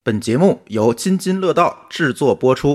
本节目由津津乐道制作播出。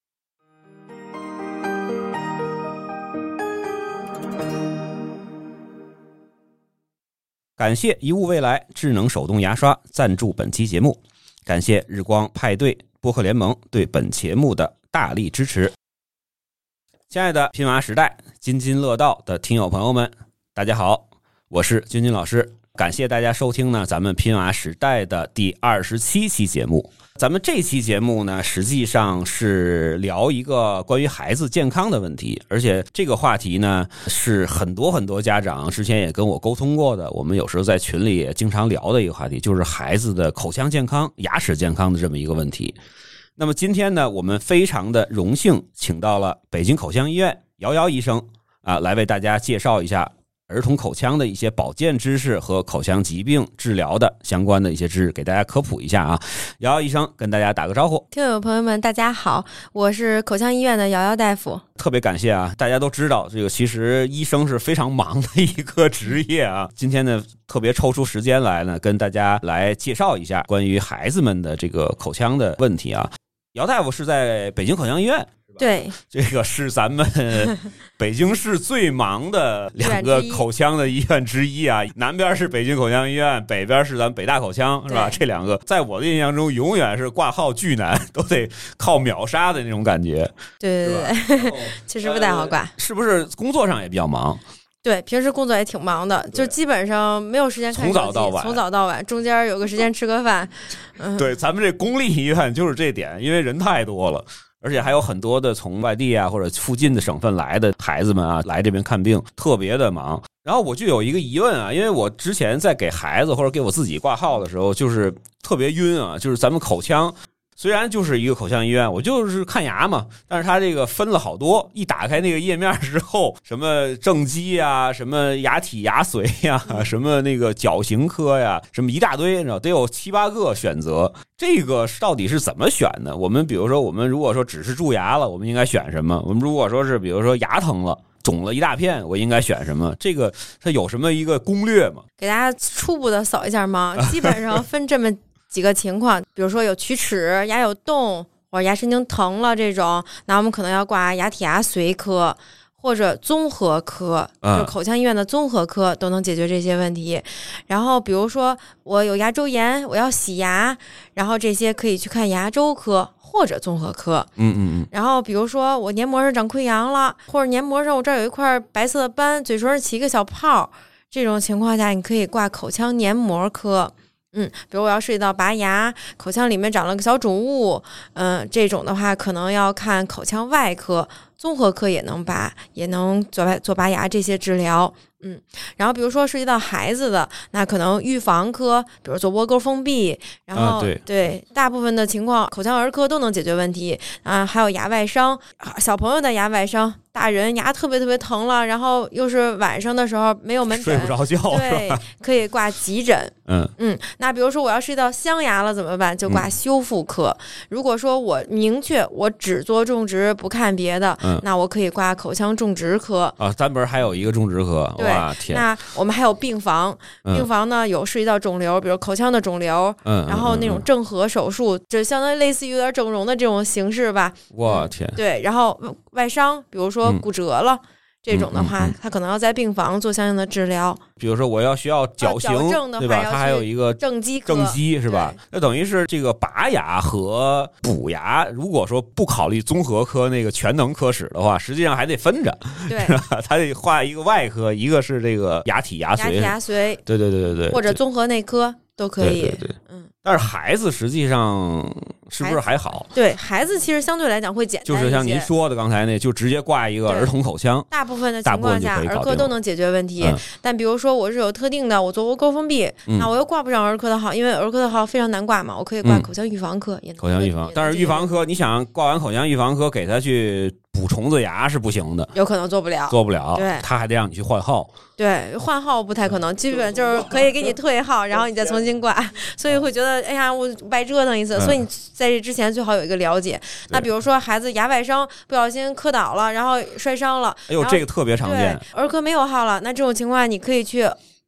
感谢一物未来智能手动牙刷赞助本期节目，感谢日光派对播客联盟对本节目的大力支持。亲爱的拼娃时代津津乐道的听友朋友们，大家好，我是君君老师，感谢大家收听呢咱们拼娃时代的第27期节目。咱们这期节目呢，实际上是聊一个关于孩子健康的问题，而且这个话题呢，是很多家长之前也跟我沟通过的，我们有时候在群里也经常聊的一个话题，就是孩子的口腔健康、牙齿健康的这么一个问题。那么今天呢，我们非常的荣幸请到了北京口腔医院姚姚医生来为大家介绍一下儿童口腔的一些保健知识和口腔疾病治疗的相关的一些知识，给大家科普一下啊。姚姚医生跟大家打个招呼。 听友朋友们大家好，我是口腔医院的姚姚大夫。 特别感谢啊，大家都知道这个其实医生是非常忙的一个职业啊。今天呢特别抽出时间来呢，跟大家来介绍一下关于孩子们的这个口腔的问题啊。姚大夫是在北京口腔医院， 对， 这个是咱们北京市最忙的两个口腔的医院之一啊。南边是北京口腔医院，北边是咱们北大口腔，是吧？这两个在我的印象中永远是挂号巨难，都得靠秒杀的那种感觉。 对对对，确实不太好挂。 是不是工作上也比较忙？ 对，平时工作也挺忙的，就基本上没有时间看手机，从早到晚，中间有个时间吃个饭。 对，咱们这公立医院就是这点，因为人太多了，而且还有很多的从外地啊或者附近的省份来的孩子们啊，来这边看病，特别的忙。然后我就有一个疑问啊，因为我之前在给孩子或者给我自己挂号的时候，就是特别晕啊，就是咱们口腔。虽然就是一个口腔医院，我就是看牙嘛，但是它这个分了好多，一打开那个页面之后，什么正畸啊，什么牙体牙髓呀，什么那个矫形科呀，什么一大堆，你知道，得有7、8个选择。这个到底是怎么选的？我们比如说，我们如果说只是蛀牙了，我们应该选什么？我们如果说是比如说牙疼了，肿了一大片，我应该选什么？这个它有什么一个攻略吗？ 给大家初步的扫一下盲，基本上分这么几个情况，比如说有龋齿、牙有洞或者牙神经疼了这种，那我们可能要挂牙体牙髓科或者综合科，就口腔医院的综合科都能解决这些问题。然后比如说我有牙周炎，我要洗牙，然后这些可以去看牙周科或者综合科。然后比如说我黏膜上长溃疡了，或者黏膜上我这儿有一块白色的斑，嘴唇上起一个小泡，这种情况下你可以挂口腔黏膜科。比如我要涉及到拔牙，口腔里面长了个小肿物，这种的话可能要看口腔外科，综合科也能拔，也能做拔牙这些治疗。然后比如说涉及到孩子的，那可能预防科，比如做窝沟封闭，然后、对大部分的情况口腔儿科都能解决问题啊。还有牙外伤，小朋友的牙外伤，大人牙特别疼了，然后又是晚上的时候没有门诊， 睡不着觉， 对，可以挂急诊。那比如说我要涉及到镶牙了怎么办？就挂修复科。如果说我明确我只做种植不看别的，那我可以挂口腔种植科啊。单门还有一个种植科， 对。那我们还有病房，病房呢有涉及到肿瘤，比如口腔的肿瘤，然后那种正颌手术，就相当于类似于有点整容的这种形式吧。 我天！ 对，然后外伤，比如说骨折了。这种的话，他可能要在病房做相应的治疗。 比如说我需要矫形，对吧？它还有一个正畸是吧？那等于是这个拔牙和补牙，如果说不考虑综合科那个全能科室的话，实际上还得分着， 对， 他得画一个外科，一个是这个牙体牙髓，对， 或者综合内科都可以。 对。但是孩子实际上是不是还好？ 对，孩子其实相对来讲会简单一些， 就是像您说的刚才那，就直接挂一个儿童口腔。 大部分的情况下，儿科都能解决问题。但比如说我是有特定的，我做窝沟封闭，那我又挂不上儿科的号，因为儿科的号非常难挂嘛，我可以挂口腔预防科，也能口腔预防。但是预防科，你想挂完口腔预防科，给他去补虫子牙是不行的， 有可能做不了。对， 他还得让你去换号。 对，换号不太可能，基本就是可以给你退号，然后你再重新挂，所以会觉得哎呀，我白折腾一次。所以你在这之前最好有一个了解。那比如说孩子牙外伤，不小心磕倒了，然后摔伤了， 哎呦，这个特别常见。 儿科没有号了，那这种情况你可以去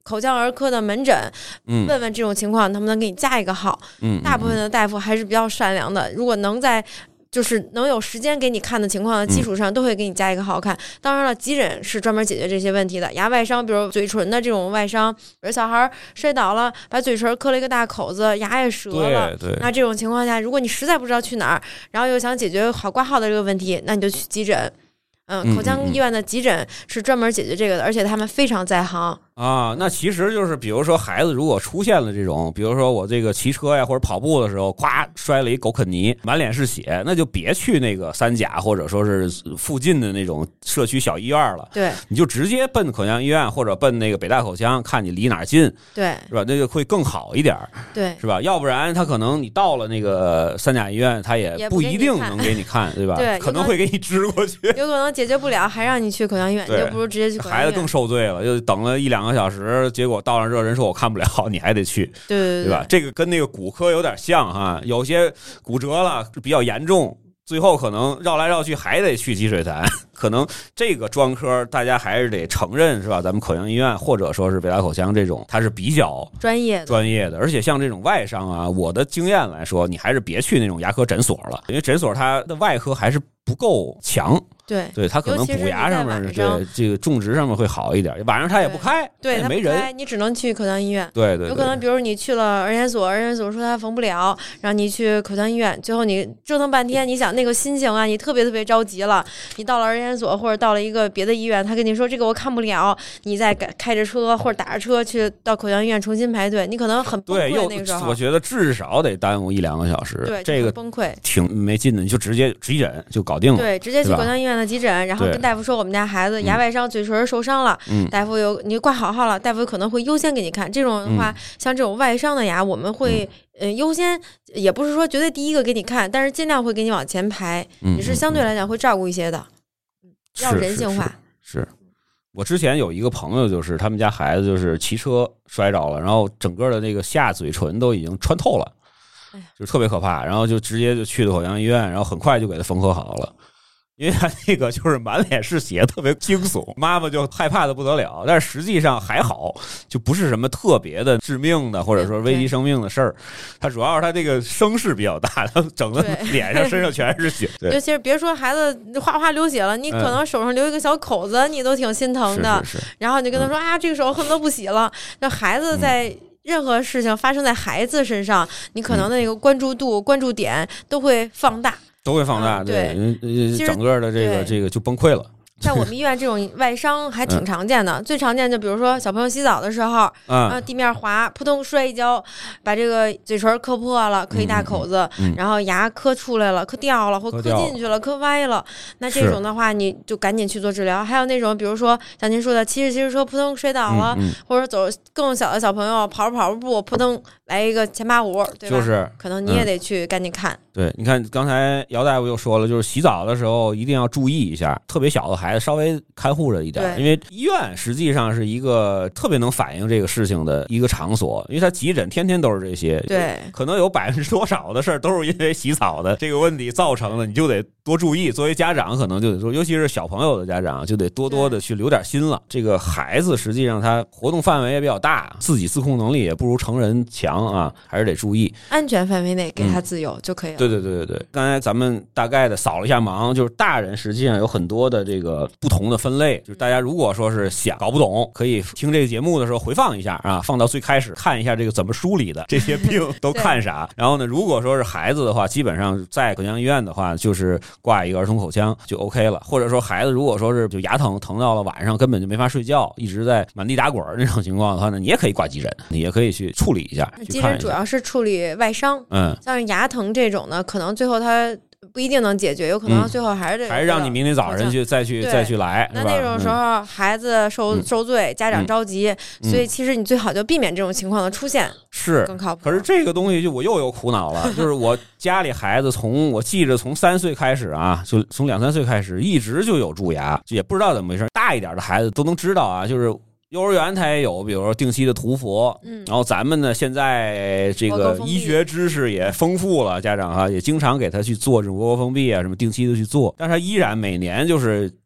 口腔儿科的门诊，问问这种情况能不能给你加一个号。大部分的大夫还是比较善良的，如果能在就是能有时间给你看的情况的基础上，都会给你加一个号看。当然了，急诊是专门解决这些问题的。牙外伤，比如嘴唇的这种外伤，比如小孩摔倒了，把嘴唇磕了一个大口子，牙也折了。 对， 那这种情况下，如果你实在不知道去哪儿，然后又想解决好挂号的这个问题，那你就去急诊。口腔医院的急诊是专门解决这个的，而且他们非常在行啊。那其实就是比如说孩子如果出现了这种，比如说我这个骑车呀或者跑步的时候咵摔了一狗啃泥，满脸是血，那就别去那个三甲或者说是附近的那种社区小医院了， 对， 你就直接奔口腔医院或者奔那个北大口腔，看你离哪儿近， 对， 是吧？那就会更好一点， 对， 是吧？要不然他可能你到了那个三甲医院，他也不一定能给你看，对吧？ 对， 可能会给你支过去， 有可能解决不了，还让你去口腔医院，你就不如直接去口腔医院。 孩子更受罪了，就等了1-2个小时，结果到了这人说我看不了，你还得去，对吧？这个跟那个骨科有点像哈，有些骨折了比较严重，最后可能绕来绕去还得去积水潭。可能这个专科大家还是得承认，是吧？咱们口腔医院或者说是北大口腔这种，它是比较专业的。而且像这种外伤啊，我的经验来说，你还是别去那种牙科诊所了，因为诊所它的外科还是不够强。对，它可能补牙上面，对这个种植上面会好一点，晚上它也不开， 对， 没人， 你只能去口腔医院。 对， 有可能比如你去了儿研所说它缝不了，然后你去口腔医院，最后你折腾半天，你想那个心情啊，你特别着急了，你到了儿研所或者到了一个别的医院，他跟你说这个我看不了，你再开着车或者打着车去到口腔医院重新排队，你可能很崩溃。那个时候我觉得至少得耽误1-2个小时， 对， 这个崩溃， 挺没劲的，你就直接急诊就搞定了。 对，直接去口腔医院的急诊，然后跟大夫说我们家孩子牙外伤，嘴唇受伤了，大夫你挂好号了，大夫可能会优先给你看。这种的话，像这种外伤的牙，我们会优先，也不是说绝对第一个给你看，但是尽量会给你往前排，也是相对来讲会照顾一些的，要人性化。 是我之前有一个朋友，就是他们家孩子就是骑车摔着了，然后整个的那个下嘴唇都已经穿透了，就特别可怕，然后就直接就去了口腔医院，然后很快就给他缝合好了。因为他那个就是满脸是血，特别惊悚，妈妈就害怕的不得了。但是实际上还好，就不是什么特别的致命的，或者说危及生命的事儿。他主要是他这个声势比较大，他整个脸上、身上全是血。 尤其是别说孩子哗哗流血了，你可能手上留一个小口子，你都挺心疼的。 是。 然后你跟他说啊，这个手恨不得不洗了。那孩子在任何事情发生在孩子身上，你可能的那个关注度、关注点都会放大。对， 整个的这个就崩溃了。 在我们医院这种外伤还挺常见的，最常见就比如说小朋友洗澡的时候，地面滑，扑通摔一跤，把这个嘴唇磕破了，磕一大口子，然后牙磕出来了，磕掉了，或磕进去了，磕歪了。那这种的话，你就赶紧去做治疗。还有那种比如说像您说的，骑着车扑通摔倒了，或者走更小的小朋友跑步，扑通来一个前8-5，对吧？ 就是可能你也得去赶紧看。 对，你看刚才姚大夫又说了，就是洗澡的时候一定要注意一下，特别小的孩子稍微看护着一点，因为医院实际上是一个特别能反映这个事情的一个场所，因为他急诊天天都是这些， 对， 可能有多少的事儿都是因为洗澡的这个问题造成的，你就得多注意。作为家长可能就得说，尤其是小朋友的家长就得多多的去留点心了。这个孩子实际上他活动范围也比较大，自己自控能力也不如成人强啊，还是得注意安全范围内给他自由就可以了。 对，刚才咱们大概的扫了一下盲，就是大人实际上有很多的这个不同的分类，就是大家如果说是想搞不懂，可以听这个节目的时候回放一下啊，放到最开始看一下这个怎么梳理的这些病都看啥。然后呢，如果说是孩子的话，基本上在口腔医院的话，就是挂一个儿童口腔就 OK 了。或者说孩子如果说是就牙疼到了晚上根本就没法睡觉，一直在满地打滚那种情况的话呢，你也可以挂急诊，你也可以去处理一下。 急诊主要是处理外伤，像是牙疼这种呢，可能最后它不一定能解决，有可能最后还是让你明天早上再去来。 那种时候孩子受罪，家长着急，所以其实你最好就避免这种情况的出现， 是更靠谱。 可是这个东西就我又有苦恼了，就是我家里孩子我记着从3岁开始啊，就从2-3岁开始一直就有蛀牙，也不知道怎么回事。大一点的孩子都能知道啊，就是幼儿园它也有，比如说定期的涂氟，然后咱们呢现在这个医学知识也丰富了，家长也经常给他去做这种窝蜂闭啊，什么定期的去做，但是他依然每年就是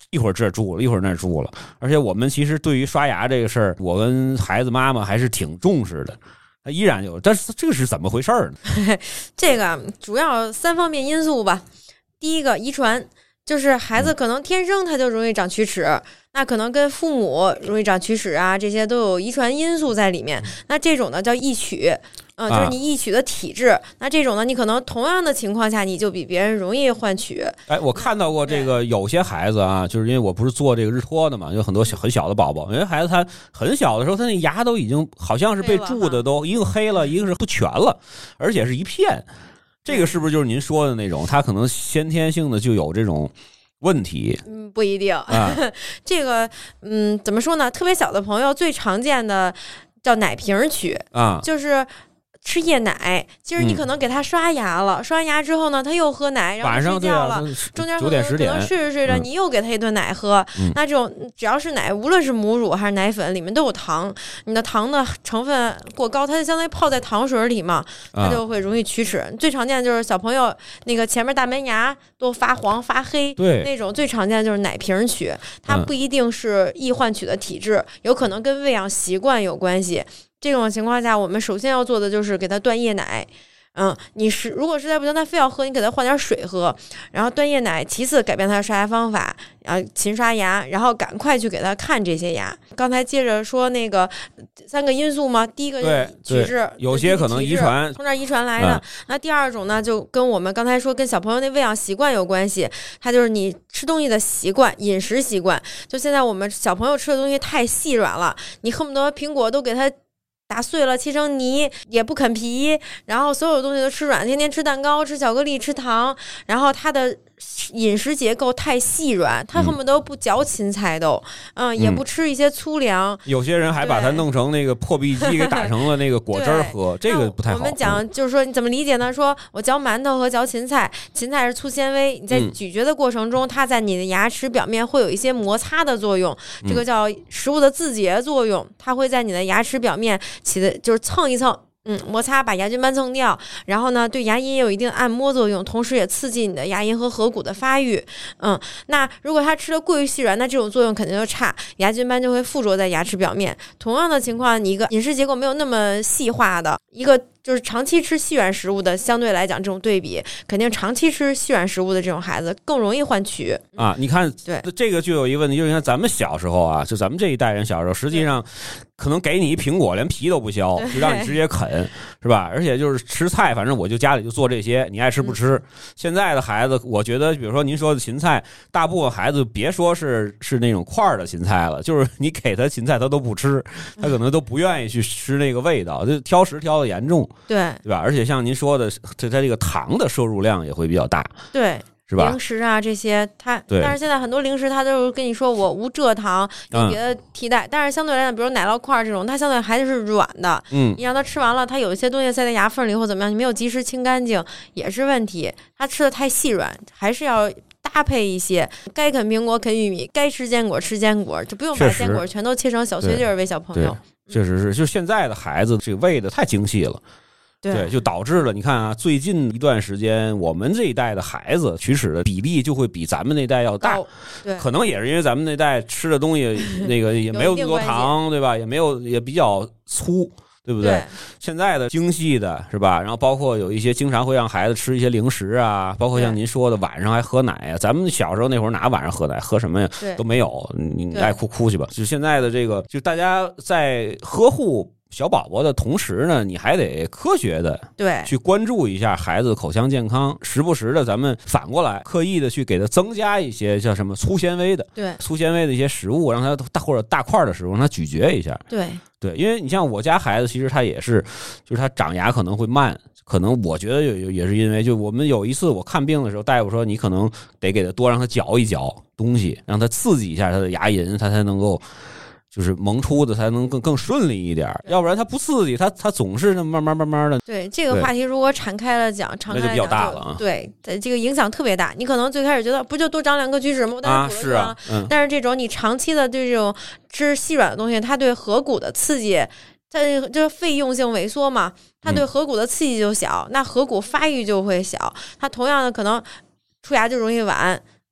一会儿这蛀了，一会儿那蛀了。而且我们其实对于刷牙这个事儿，我跟孩子妈妈还是挺重视的。它依然有，但是这个是怎么回事呢？ 这个主要3方面因素吧。第一个，遗传，就是孩子可能天生他就容易长龋齿，那可能跟父母容易长龋齿啊，这些都有遗传因素在里面。那这种呢叫易龋。就是你易龋的体质，那这种呢，你可能同样的情况下，你就比别人容易患龋。 哎，我看到过这个有些孩子啊，就是因为我不是做这个日托的嘛，有很多很小的宝宝，有些孩子他很小的时候，他那牙都已经好像是被蛀的都一个黑了，一个是不全了，而且是一片。这个是不是就是您说的那种？他可能先天性的就有这种问题？ 不一定。这个怎么说呢？特别小的朋友最常见的叫奶瓶龋啊，就是吃夜奶，其实你可能给他刷牙了，刷完牙之后呢，他又喝奶，然后睡觉了，中间9点10点可能睡着睡着，你又给他一顿奶喝，那这种只要是奶，无论是母乳还是奶粉，里面都有糖，你的糖的成分过高，它就相当于泡在糖水里嘛，它就会容易龋齿。最常见的就是小朋友那个前面大门牙都发黄发黑， 对， 那种最常见的就是奶瓶龋，它不一定是易患龋的体质，有可能跟喂养习惯有关系。这种情况下，我们首先要做的就是给他断夜奶。如果实在不行，他非要喝，你给他换点水喝，然后断夜奶。其次，改变他的刷牙方法，然后勤刷牙，然后赶快去给他看这些牙。刚才接着说那个3个因素嘛，第一个体质， 有些可能遗传， 从这儿遗传来的。那第二种呢，就跟我们刚才说跟小朋友那喂养习惯有关系，它就是你吃东西的习惯，饮食习惯。就现在我们小朋友吃的东西太细软了，你恨不得苹果都给他打碎了切成泥也不啃皮，然后所有东西都吃软，天天吃蛋糕吃巧克力吃糖，然后他的饮食结构太细软，他恨不得不嚼芹菜都也不吃一些粗粮， 有些人还把它弄成那个破壁机给打成了那个果汁喝这个不太好。 我们讲就是说你怎么理解呢？说我嚼馒头和嚼芹菜，芹菜是粗纤维，你在咀嚼的过程中它在你的牙齿表面会有一些摩擦的作用，这个叫食物的自洁作用，它会在你的牙齿表面起的就是蹭一蹭摩擦把牙菌斑蹭掉，然后呢对牙龈也有一定的按摩作用，同时也刺激你的牙龈和颌骨的发育。那如果它吃的过于细软，那这种作用肯定就差，牙菌斑就会附着在牙齿表面。同样的情况，你一个饮食结构没有那么细化的，一个就是长期吃细软食物的，相对来讲这种对比，肯定长期吃细软食物的这种孩子更容易患龋啊。你看， 对这个就有一个问题，就是你看咱们小时候啊，就咱们这一代人小时候，实际上可能给你一苹果，连皮都不削，就让你直接啃，是吧？而且就是吃菜，反正我就家里就做这些，你爱吃不吃。现在的孩子，我觉得，比如说您说的芹菜，大部分孩子别说是那种块的芹菜了，就是你给他芹菜他都不吃，他可能都不愿意去吃那个味道，就挑食挑的严重。对吧？而且像您说的，它这个糖的摄入量也会比较大， 对， 是吧？ 零食啊这些，但是现在很多零食它都是跟你说我无蔗糖，有别的替代，但是相对来讲，比如奶酪块这种，它相对还是软的，你让它吃完了，它有一些东西塞在牙缝里或怎么样，你没有及时清干净也是问题。它吃的太细软，还是要搭配一些，该啃苹果啃玉米，该吃坚果吃坚果，就不用把坚果全都切成小碎粒喂小朋友。 确实是，就现在的孩子这个喂的太精细了。对，就导致了你看啊，最近一段时间，我们这一代的孩子龋齿的比例就会比咱们那代要大。 对， 可能也是因为咱们那代吃的东西那个也没有那么多糖，对吧？也比较粗，对不对？现在的精细的是吧？然后包括有一些经常会让孩子吃一些零食啊，包括像您说的晚上还喝奶啊。咱们小时候那会儿哪晚上喝奶，喝什么呀？都没有，你爱哭去吧。就现在的这个，就大家在呵护小宝宝的同时呢，你还得科学的去关注一下孩子的口腔健康，时不时的咱们反过来刻意的去给他增加一些叫什么粗纤维的一些食物，让他或者大块的食物让他咀嚼一下。对，因为你像我家孩子，其实他也是，就是他长牙可能会慢，可能我觉得也是因为，就我们有一次我看病的时候，大夫说你可能得给他多让他嚼一嚼东西，让他刺激一下他的牙龈，他才能够就是萌出的才能更顺利一点，要不然他不刺激，他总是那慢慢的。 对，这个话题如果敞开了讲， 那就比较大了啊。 对，这个影响特别大。你可能最开始觉得不就多长2个龋齿吗？但是是啊， 但是这种你长期的这种吃细软的东西，它对颌骨的刺激，它就是肺用性萎缩嘛，它对颌骨的刺激就小，那颌骨发育就会小，它同样的可能出牙就容易晚。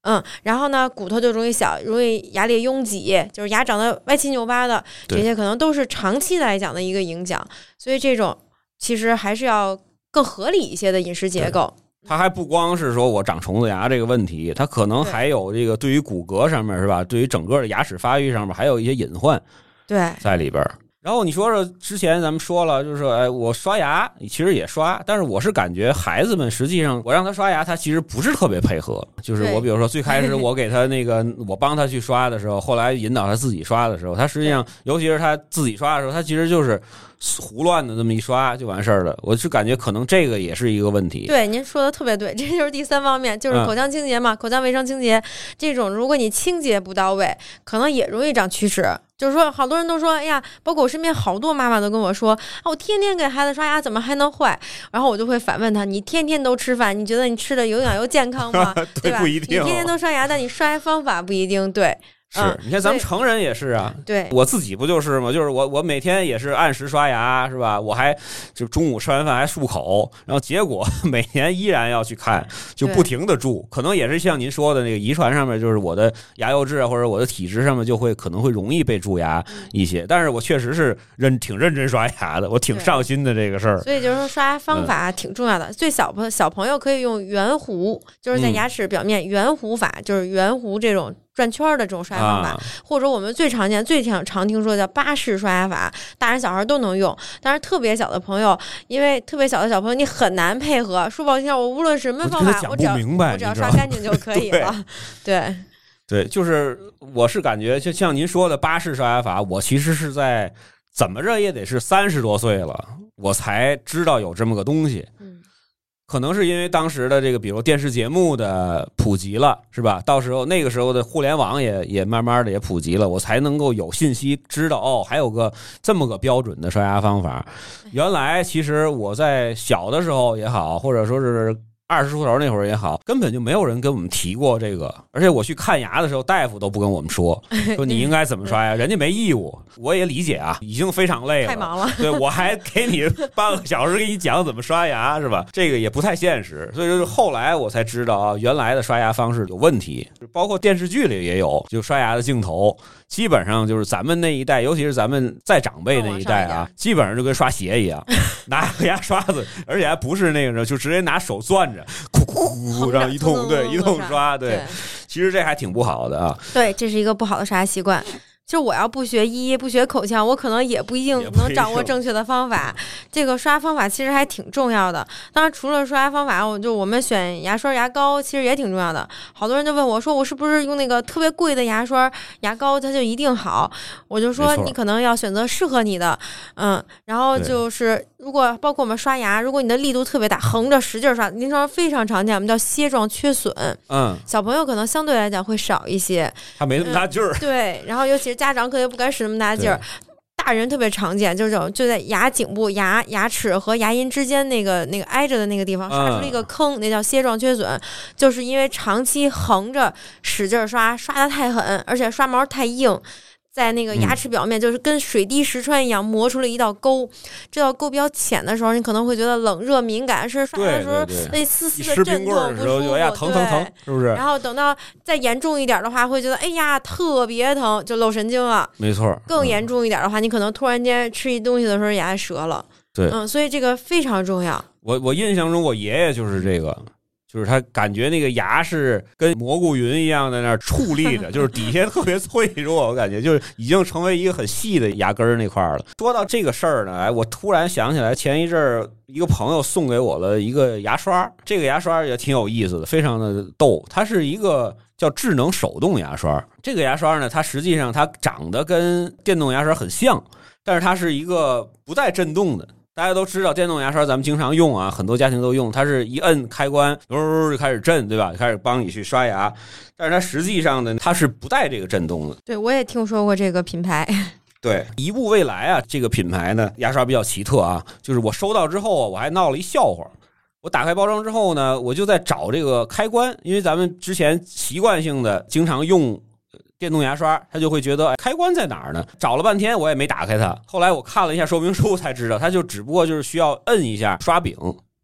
然后呢，骨头就容易小，容易牙列拥挤，就是牙长得歪七扭八的，这些可能都是长期来讲的一个影响。所以这种其实还是要更合理一些的饮食结构。 它还不光是说我长虫子牙这个问题，它可能还有这个对于骨骼上面是吧？对于整个的牙齿发育上面还有一些隐患在里边。然后你说说之前咱们说了，就是说，我刷牙其实也刷，但是我是感觉孩子们实际上我让他刷牙，他其实不是特别配合。就是我比如说最开始我给他那个我帮他去刷的时候，后来引导他自己刷的时候，他实际上尤其是他自己刷的时候，他其实就是胡乱的这么一刷就完事儿了。我是感觉可能这个也是一个问题。 对，您说的特别对，这就是第3方面，就是口腔清洁嘛，口腔卫生清洁这种，如果你清洁不到位，可能也容易长龋齿。就是说，好多人都说，哎呀，包括我身边好多妈妈都跟我说，我天天给孩子刷牙，怎么还能坏？然后我就会反问他，你天天都吃饭，你觉得你吃的有氧又健康吗？对吧？ 不一定， 你天天都刷牙，但你刷牙方法不一定对。 是，你看咱们成人也是啊， 对， 我自己不就是吗？就是我每天也是按时刷牙，是吧？我还就中午吃完饭还漱口，然后结果每年依然要去看，就不停的蛀，可能也是像您说的那个遗传上面，就是我的牙釉质或者我的体质上面就会可能会容易被蛀牙一些，但是我确实是挺认真刷牙的，我挺上心的这个事儿。 所以就是说刷牙方法挺重要的，最小朋友可以用圆弧，就是在牙齿表面圆弧法，就是圆弧这种转圈的这种刷牙方法，或者我们最常见、最常听说的叫巴氏刷牙法，大人小孩都能用。但是特别小的朋友，因为特别小的小朋友你很难配合。说不好听，我无论什么方法，我只要刷干净就可以了。 对，就是我是感觉，就像您说的巴氏刷牙法，我其实是在怎么着也得是30多岁了，我才知道有这么个东西。可能是因为当时的这个，比如电视节目的普及了，是吧？到时候那个时候的互联网也慢慢的也普及了，我才能够有信息知道还有个这么个标准的刷牙方法。原来其实我在小的时候也好，或者说是20出头那会儿也好，根本就没有人跟我们提过这个。而且我去看牙的时候，大夫都不跟我们说你应该怎么刷牙，人家没义务。我也理解啊，已经非常累了， 太忙了。 对，我还给你半个小时给你讲怎么刷牙，是吧？这个也不太现实。所以就是后来我才知道原来的刷牙方式有问题，包括电视剧里也有，就刷牙的镜头，基本上就是咱们那一代，尤其是咱们再长辈那一代啊，基本上就跟刷鞋一样，拿个牙刷子，而且还不是那个，就直接拿手攥着，哭，让一通刷，对，其实这还挺不好的啊。 对，这是一个不好的刷牙习惯。就我要不学医不学口腔，我可能也不一定能掌握正确的方法。这个刷方法其实还挺重要的。当然，除了刷牙方法，我们选牙刷、牙膏其实也挺重要的。好多人就问我说，我是不是用那个特别贵的牙刷、牙膏，它就一定好？我就说你可能要选择适合你的。然后就是如果包括我们刷牙，如果你的力度特别大，横着使劲刷，临床非常常见，我们叫楔状缺损。小朋友可能相对来讲会少一些， 他没那么大劲儿。 对，然后尤其是家长可能不敢使那么大劲儿，大人特别常见，就是这种就在牙颈部、牙齿和牙龈之间那个挨着的那个地方刷出了一个坑，那叫楔状缺损，就是因为长期横着使劲刷得太狠，而且刷毛太硬。在那个牙齿表面，就是跟水滴石穿一样，磨出了一道沟。这道沟比较浅的时候，你可能会觉得冷热敏感，是刷的时候那丝丝的震痛不舒服， 疼，是不是？ 然后等到再严重一点的话，会觉得哎呀特别疼，就漏神经了。 没错。 更严重一点的话，你可能突然间吃一东西的时候牙折了。 对， 所以这个非常重要。 我印象中，我爷爷就是这个。就是他感觉那个牙是跟蘑菇云一样在那儿矗立着，就是底下特别脆弱，我感觉就是已经成为一个很细的牙根那块了。说到这个事儿呢，我突然想起来，前一阵儿一个朋友送给我了一个牙刷，这个牙刷也挺有意思的，非常的逗。它是一个叫智能手动牙刷。这个牙刷呢，它实际上它长得跟电动牙刷很像，但是它是一个不带震动的。大家都知道电动牙刷咱们经常用啊，很多家庭都用，它是一摁开关就开始震，对吧？开始帮你去刷牙。但是它实际上呢，它是不带这个震动的。 对，我也听说过这个品牌。 对，一步未来啊，这个品牌呢，牙刷比较奇特啊，就是我收到之后啊，我还闹了一笑话。我打开包装之后呢，我就在找这个开关，因为咱们之前习惯性的经常用电动牙刷，他就会觉得开关在哪儿呢？找了半天我也没打开它。后来我看了一下说明书才知道，它就只不过就是需要摁一下刷柄，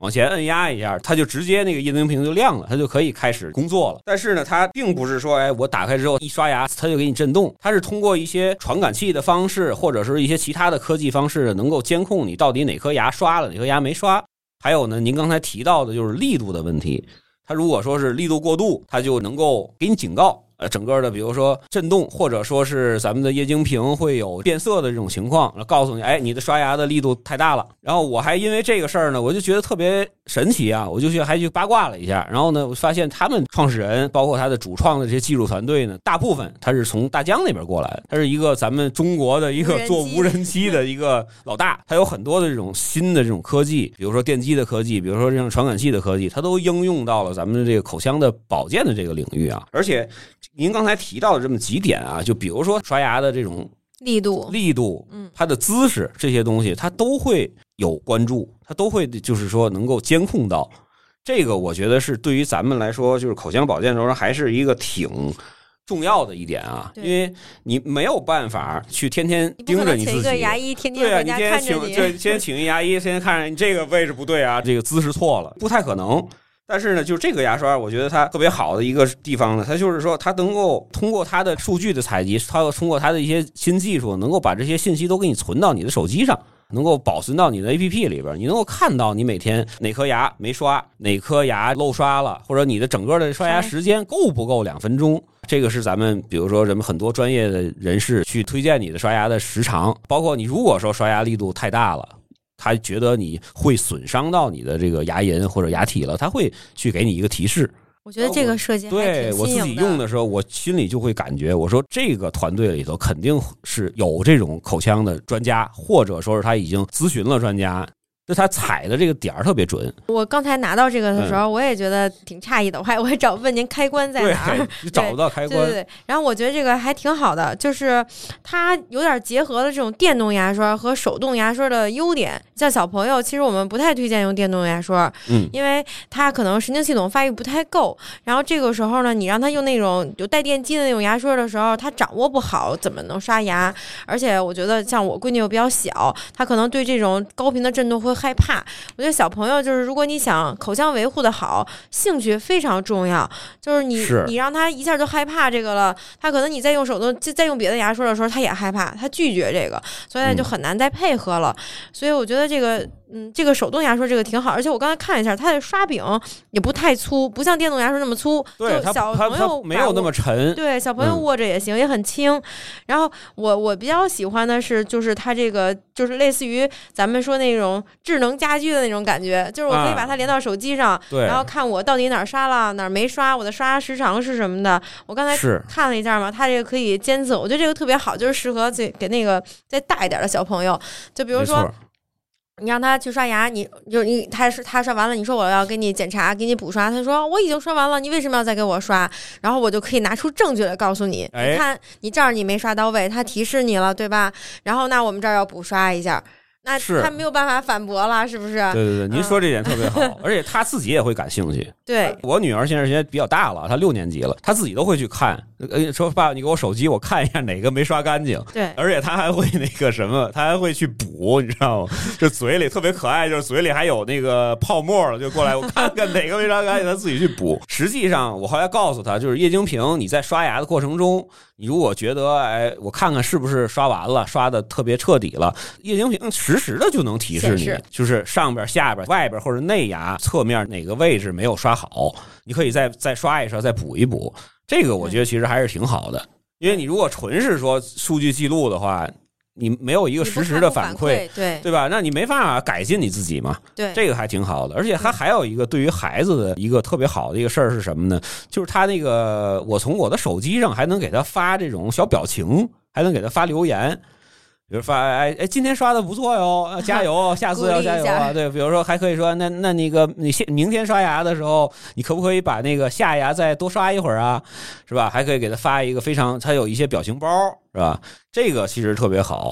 往前摁压一下，它就直接那个液晶屏就亮了，它就可以开始工作了。但是呢，它并不是说，哎，我打开之后一刷牙，它就给你震动，它是通过一些传感器的方式，或者是一些其他的科技方式，能够监控你到底哪颗牙刷了，哪颗牙没刷。还有呢，您刚才提到的就是力度的问题，它如果说是力度过度，它就能够给你警告。整个的比如说震动，或者说是咱们的液晶屏会有变色的这种情况，告诉你，哎，你的刷牙的力度太大了。然后我还因为这个事儿呢，我就觉得特别神奇啊，我就还去八卦了一下。然后呢，我发现他们创始人包括他的主创的这些技术团队呢，大部分他是从大疆那边过来的，他是一个咱们中国的一个做无人机的一个老大，他有很多的这种新的这种科技，比如说电机的科技，比如说这种传感器的科技，它都应用到了咱们的这个口腔的保健的这个领域啊。而且您刚才提到的这么几点啊，就比如说刷牙的这种力度，它的姿势这些东西，它都会有关注，它都会就是说能够监控到。这个我觉得是对于咱们来说，就是口腔保健中还是一个挺重要的一点啊，因为你没有办法去天天盯着你自己。 你不可能请一个牙医天天回家看着你。 对，先请一牙医，先看着你这个位置不对啊，这个姿势错了，不太可能。但是呢，就是这个牙刷，我觉得它特别好的一个地方呢，它就是说它能够通过它的数据的采集，它通过它的一些新技术，能够把这些信息都给你存到你的手机上，能够保存到你的 APP 里边，你能够看到你每天哪颗牙没刷，哪颗牙漏刷了，或者你的整个的刷牙时间够不够2分钟。这个是咱们比如说人们很多专业的人士去推荐你的刷牙的时长，包括你如果说刷牙力度太大了，他觉得你会损伤到你的这个牙龈或者牙体了，他会去给你一个提示。 我觉得这个设计还挺对我自己用的时候，我心里就会感觉，我说这个团队里头肯定是有这种口腔的专家，或者说是他已经咨询了专家，就他踩的这个点特别准。 我刚才拿到这个的时候，我也觉得挺诧异的，我还找问您开关在哪儿， 你找不到开关。 对。然后我觉得这个还挺好的，就是它有点结合了这种电动牙刷和手动牙刷的优点。像小朋友，其实我们不太推荐用电动牙刷，因为他可能神经系统发育不太够。然后这个时候呢，你让他用那种有带电机的那种牙刷的时候，他掌握不好怎么能刷牙。而且我觉得像我闺女又比较小，她可能对这种高频的震动会害怕。我觉得小朋友就是，如果你想口腔维护的好，兴趣非常重要。就是你让他一下就害怕这个了，他可能你在用手动再用别的牙刷的时候，他也害怕，他拒绝这个，所以就很难再配合了。所以我觉得这个手动牙刷这个挺好，而且我刚才看了一下，它的刷柄也不太粗，不像电动牙刷那么粗， 对， 就小朋友没有那么沉， 对，小朋友握着也行，也很轻。然后我比较喜欢的是，就是它这个就是类似于咱们说那种智能家居的那种感觉，就是我可以把它连到手机上，然后看我到底哪儿刷了，哪儿没刷，我的刷牙时长是什么的。我刚才看了一下嘛，它这个可以监测，我觉得这个特别好，就是适合给那个再大一点的小朋友，就比如说。你让他去刷牙，他刷完了，你说我要给你检查，给你补刷，他说我已经刷完了，你为什么要再给我刷？然后我就可以拿出证据来告诉你，你看你这儿你没刷到位，他提示你了，对吧？然后那我们这儿要补刷一下。那他没有办法反驳了，是不是？ 对，您说这点特别好，而且他自己也会感兴趣。 对， 我女儿现在比较大了，她6年级了，她自己都会去看，说爸爸，你给我手机，我看一下哪个没刷干净。 对， 而且她还会那个什么，她还会去补，你知道吗？就嘴里特别可爱，就是嘴里还有那个泡沫了，就过来我看看哪个没刷干净，她自己去补。实际上，我后来告诉她，就是液晶屏，你在刷牙的过程中，你如果觉得我看看是不是刷完了，刷的特别彻底了，液晶屏实时的就能提示你，就是上边、下边、外边或者内牙侧面哪个位置没有刷好，你可以再刷一刷，再补一补。这个我觉得其实还是挺好的，因为你如果纯是说数据记录的话，你没有一个实时的反馈，对吧？那你没办法改进你自己嘛。 对， 这个还挺好的。而且它还有一个对于孩子的一个特别好的一个事儿是什么呢？就是他那个我从我的手机上还能给他发这种小表情，还能给他发留言。比如发今天刷的不错哟，加油，下次要加油啊！对，比如说还可以说那个你明天刷牙的时候，你可不可以把那个下牙再多刷一会儿啊？是吧？还可以给他发一个它有一些表情包，是吧？这个其实特别好。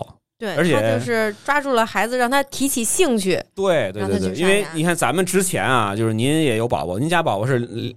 对， 而且他就是抓住了孩子，让他提起兴趣。 对，因为你看咱们之前啊，就是您也有宝宝，您家宝宝是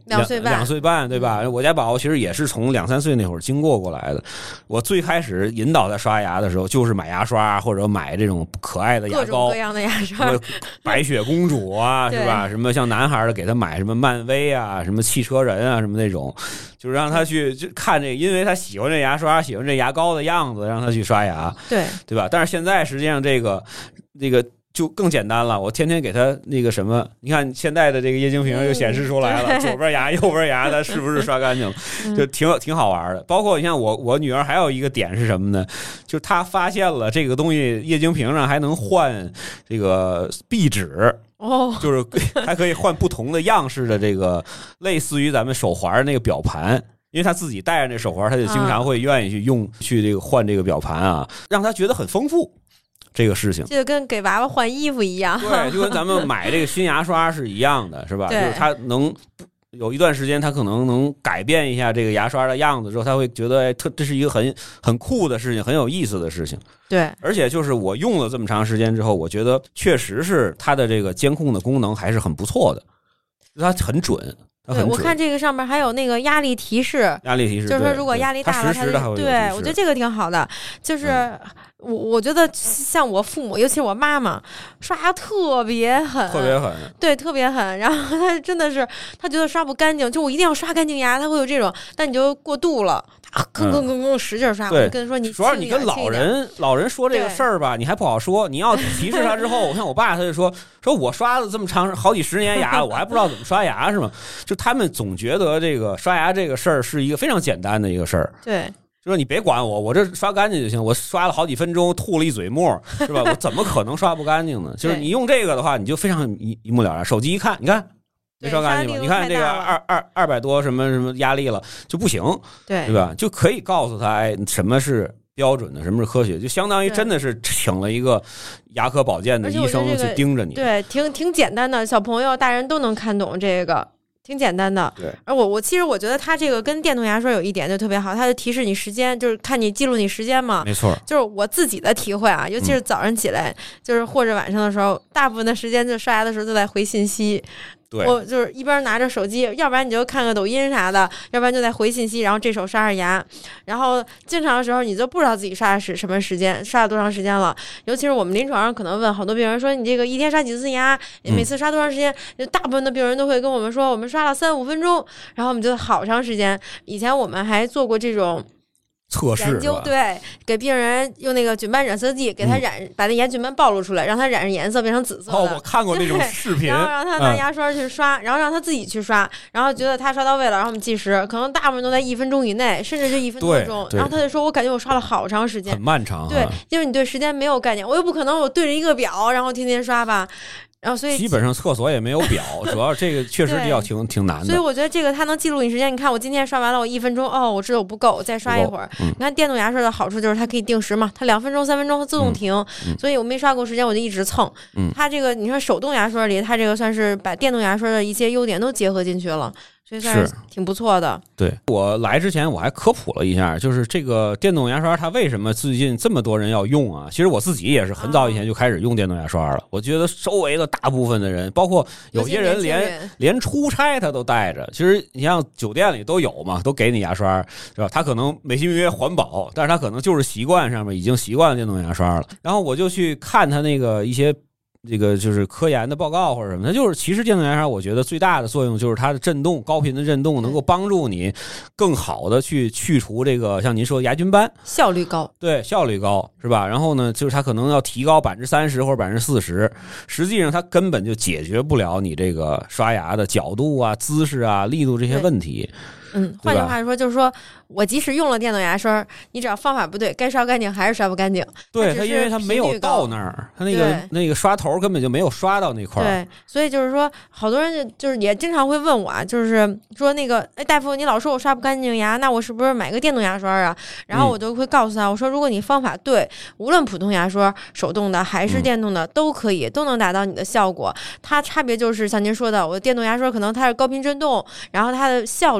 2岁半，对吧？我家宝宝其实也是从2、3岁那会儿经过来的。我最开始引导他刷牙的时候，就是买牙刷或者买这种可爱的牙膏， 各种各样的牙刷， 白雪公主啊，是吧？什么像男孩的给他买什么漫威啊，什么汽车人啊，什么那种，就是让他去就看这个，因为他喜欢这牙刷，喜欢这牙膏的样子，让他去刷牙，对吧？但是现在实际上这个就更简单了，我天天给他那个什么，你看现在的这个液晶屏就显示出来了，左边牙右边牙它是不是刷干净了，就挺好玩的。包括你看我女儿还有一个点是什么呢？就她发现了这个东西，液晶屏上还能换这个壁纸。就是还可以换不同的样式的这个，类似于咱们手环那个表盘。因为他自己戴着那手环，他就经常会愿意去这个换这个表盘啊，让他觉得很丰富。这个事情就跟给娃娃换衣服一样， 对，就跟咱们买这个新牙刷是一样的，是吧？就是他能有一段时间，他可能改变一下这个牙刷的样子之后，他会觉得这是一个很酷的事情，很有意思的事情。 对， 而且就是我用了这么长时间之后，我觉得确实是它的这个监控的功能还是很不错的，它很准。 对，我看这个上面还有那个压力提示，就是说如果压力大了，对，我觉得这个挺好的。就是我觉得像我父母，尤其是我妈妈，刷牙特别狠，对，特别狠。然后他真的是，他觉得刷不干净，就我一定要刷干净牙，他会有这种，但你就过度了。吭使劲刷，我就跟他说你主要你跟老人说这个事儿吧，你还不好说。你要提示他之后，我看我爸他就说我刷了这么长好几十年牙了，我还不知道怎么刷牙是吗？就他们总觉得这个刷牙这个事儿是一个非常简单的一个事儿。 对。 就说你别管我这刷干净就行。我刷了好几分钟，吐了一嘴沫，是吧？我怎么可能刷不干净呢？就是你用这个的话，你就非常一目了然。手机一看，你看。没刷干净吗？你看这个200多什么压力了就不行，对吧？就可以告诉他，什么是标准的，什么是科学，就相当于真的是请了一个牙科保健的医生去盯着你。 对，挺简单的，小朋友、大人都能看懂这个。挺简单的， 对。 而我其实我觉得它这个跟电动牙刷有一点就特别好，它就提示你时间，就是看你记录你时间嘛。 没错。 就是我自己的体会啊，尤其是早上起来，就是或者晚上的时候，大部分的时间就刷牙的时候都在回信息。 对。 我就是一边拿着手机，要不然你就看个抖音啥的，要不然就在回信息，然后这手刷着牙，然后经常的时候你就不知道自己刷的是什么时间，刷了多长时间了。尤其是我们临床上可能问好多病人说，你这个一天刷几次牙，每次刷多长时间？大部分的病人都会跟我们说，我们刷了3、5分钟，然后我们就好长时间。以前我们还做过这种测试研究，对，给病人用那个菌斑染色剂给他把那牙菌斑暴露出来，让他染上颜色变成紫色的。 我看过那种视频。 然后让他拿牙刷去刷，然后让他自己去刷，然后觉得他刷到位了，然后我们计时，可能大部分都在1分钟以内，甚至就1分多钟。然后他就说，我感觉我刷了好长时间， 很漫长。 对，因为你对时间没有概念，我又不可能我对着一个表，然后天天刷吧。然后所以基本上厕所也没有表，主要这个确实比较挺难的。 所以我觉得这个它能记录你时间。你看我今天刷完了，我1分钟，我知道我不够，我再刷一会儿。你看电动牙刷的好处就是它可以定时嘛，它2分钟、3分钟它自动停。所以我没刷够时间，我就一直蹭。它这个你说手动牙刷里，它这个算是把电动牙刷的一些优点都结合进去了。所以算是挺不错的。 对，我来之前我还科普了一下，就是这个电动牙刷它为什么最近这么多人要用啊？其实我自己也是很早以前就开始用电动牙刷了。我觉得周围的大部分的人，包括有些人连出差他都带着。其实你像酒店里都有嘛，都给你牙刷，是吧？他可能美其名曰环保，但是他可能就是习惯上面已经习惯了电动牙刷了。然后我就去看他那个一些这个就是科研的报告或者什么，它就是其实电动牙刷，我觉得最大的作用就是它的震动，高频的震动能够帮助你更好的去除这个像您说的牙菌斑， 效率高， 对，效率高是吧？然后呢，就是它可能要提高30%或者40%，实际上它根本就解决不了你这个刷牙的角度啊、姿势啊、力度这些问题。 换句话说，就是说我即使用了电动牙刷，你只要方法不对，该刷干净还是刷不干净。 对，它因为它没有到那儿，它那个刷头根本就没有刷到那块儿。 对，所以就是说，好多人就是也经常会问我啊，就是说那个，大夫，你老说我刷不干净牙，那我是不是买个电动牙刷啊？然后我就会告诉他，我说如果你方法对，无论普通牙刷、手动的还是电动的，都可以，都能达到你的效果。它差别就是像您说的，我的电动牙刷可能它是高频震动，然后它的效率更高。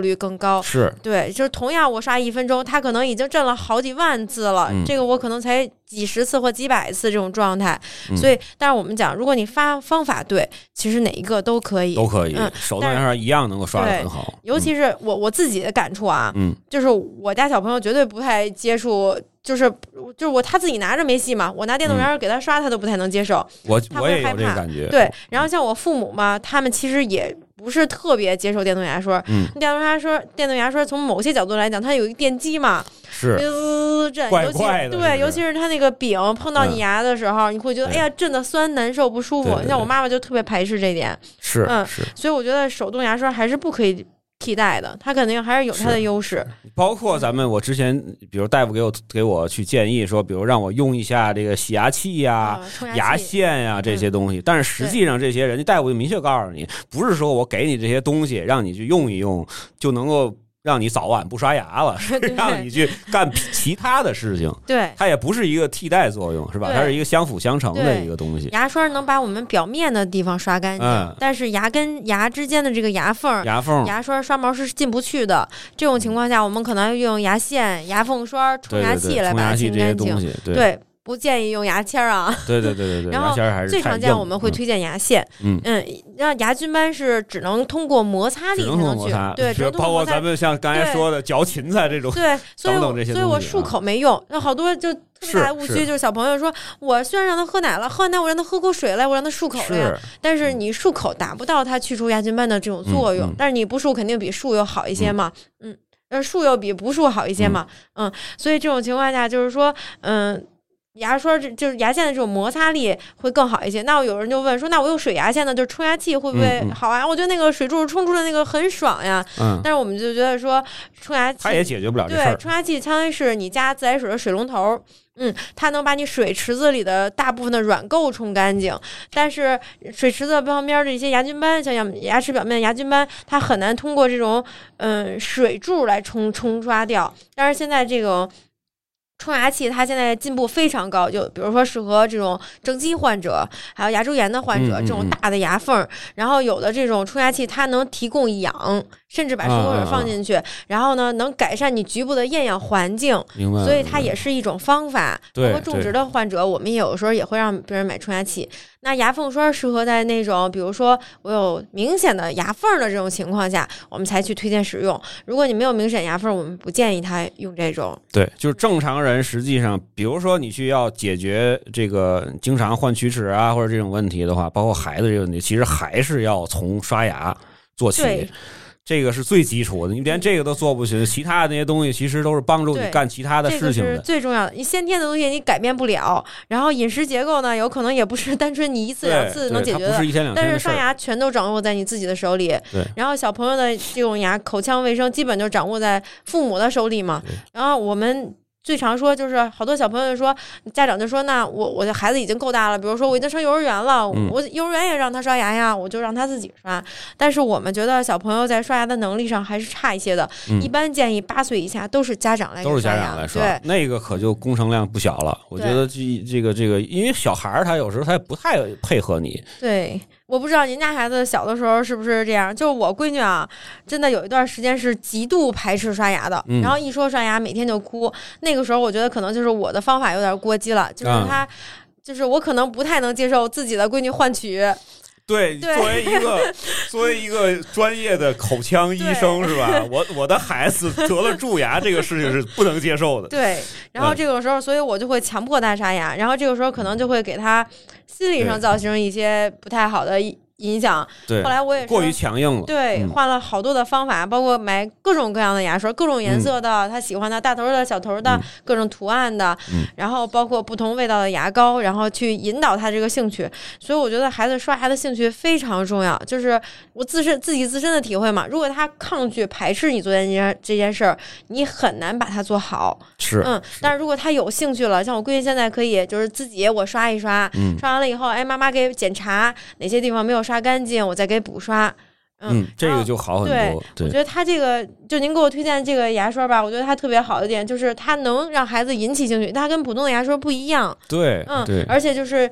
高。 是， 对，就是同样我刷1分钟，他可能已经挣了好几万字了，这个我可能才几十次或几百次这种状态。所以，但是我们讲，如果你方法对，其实哪一个都可以， 手动牙刷一样能够刷得很好。 尤其是我自己的感触啊，就是我家小朋友绝对不太接触。就是他自己拿着没戏嘛，我拿电动牙刷给他刷，他都不太能接受。 我也有这个感觉。 对，然后像我父母嘛，他们其实也不是特别接受电动牙刷。电动牙刷从某些角度来讲，它有一个电机嘛， 是震， 怪怪的。 对，尤其是它那个柄碰到你牙的时候，你会觉得哎呀震得酸难受不舒服。像我妈妈就特别排斥这点。 是， 所以我觉得手动牙刷还是不可以替代的，它肯定还是有它的优势。 包括我之前比如大夫给我去建议说，比如让我用一下这个洗牙器呀、牙线呀这些东西，但是实际上这些人家大夫就明确告诉你，不是说我给你这些东西让你去用一用就能够让你早晚不刷牙了，是让你去干其他的事情。 对， 它也不是一个替代作用，是吧？它是一个相辅相成的一个东西。 牙刷能把我们表面的地方刷干净，但是牙跟牙之间的这个牙缝，牙刷刷毛是进不去的。这种情况下，我们可能要用牙线、牙缝刷、冲牙器来把它清干净。对。不建议用牙签啊。 对。 然后最常见我们会推荐牙线。让牙菌斑是只能通过摩擦力才能去。对， 包括咱们像刚才说的嚼芹菜这种。 对，所以我漱口没用。那好多就特别大的误区，就是小朋友说，我虽然让他喝奶了，喝奶我让他喝口水来，我让他漱口了呀。但是你漱口达不到它去除牙菌斑的这种作用。但是你不漱肯定比漱要好一些嘛。漱又比不漱好一些嘛。所以这种情况下就是说，牙刷就是牙线的这种摩擦力会更好一些。那有人就问说，那我用水牙线呢，就是冲牙器会不会好啊？我觉得那个水柱冲出的那个很爽呀。但是我们就觉得说，冲牙器它也解决不了这事儿。 对，冲牙器相当于是你家自来水的水龙头。它能把你水池子里的大部分的软垢冲干净，但是水池子旁边的一些牙菌斑，像牙齿表面的牙菌斑，它很难通过这种水柱来冲刷掉。但是现在这种冲牙器它现在进步非常高，就比如说适合这种正畸患者还有牙周炎的患者，这种大的牙缝，然后有的这种冲牙器它能提供氧，甚至把漱口水放进去，然后呢能改善你局部的厌氧环境，所以它也是一种方法。包括种植的患者，我们也有时候也会让别人买冲牙器。那牙缝刷适合在那种比如说我有明显的牙缝的这种情况下，我们才去推荐使用。如果你没有明显牙缝，我们不建议他用这种。 对，就是正常人实际上，比如说你需要解决这个经常换龋齿啊或者这种问题的话，包括孩子这个问题，其实还是要从刷牙做起。这个是最基础的，你连这个都做不行，其他的那些东西其实都是帮助你干其他的事情的。 这个是最重要的，你先天的东西你改变不了，然后饮食结构呢，有可能也不是单纯你一次两次能解决的， 不是一天两天的事。 但是刷牙全都掌握在你自己的手里。 对。 然后小朋友的这种口腔卫生基本就掌握在父母的手里嘛。然后我们最常说就是好多小朋友就说，家长就说，那我的孩子已经够大了，比如说我已经上幼儿园了，我幼儿园也让他刷牙呀，我就让他自己刷。但是我们觉得小朋友在刷牙的能力上还是差一些的，一般建议8岁以下都是家长来刷牙， 都是家长来刷。对，那个可就工程量不小了。我觉得这个，因为小孩他有时候他不太配合你。 对。我不知道您家孩子小的时候是不是这样，就是我闺女啊，真的有一段时间是极度排斥刷牙的，然后一说刷牙每天就哭。那个时候我觉得可能就是我的方法有点过激了，就是就是我可能不太能接受自己的闺女换龋。 对，作为一个专业的口腔医生是吧？我的孩子得了蛀牙，这个事情是不能接受的。 对，然后这个时候，所以我就会强迫他刷牙，然后这个时候可能就会给他心理上造成一些不太好的影响。 对， 后来我也过于强硬了。 对，换了好多的方法，包括买各种各样的牙刷，各种颜色的，他喜欢的，大头的、小头的，各种图案的，然后包括不同味道的牙膏，然后去引导他这个兴趣。所以我觉得孩子刷牙的兴趣非常重要，就是我自己自身的体会嘛。如果他抗拒排斥你做这件事儿，你很难把它做好。 是， 但是如果他有兴趣了，像我闺女现在可以就是自己我刷一刷，刷完了以后，哎，妈妈给检查哪些地方没有刷干净，我再给补刷。 这个就好很多。 对，我觉得他这个就您给我推荐这个牙刷吧，我觉得它特别好的点就是它能让孩子引起兴趣，它跟普通的牙刷不一样。 对， 而且就是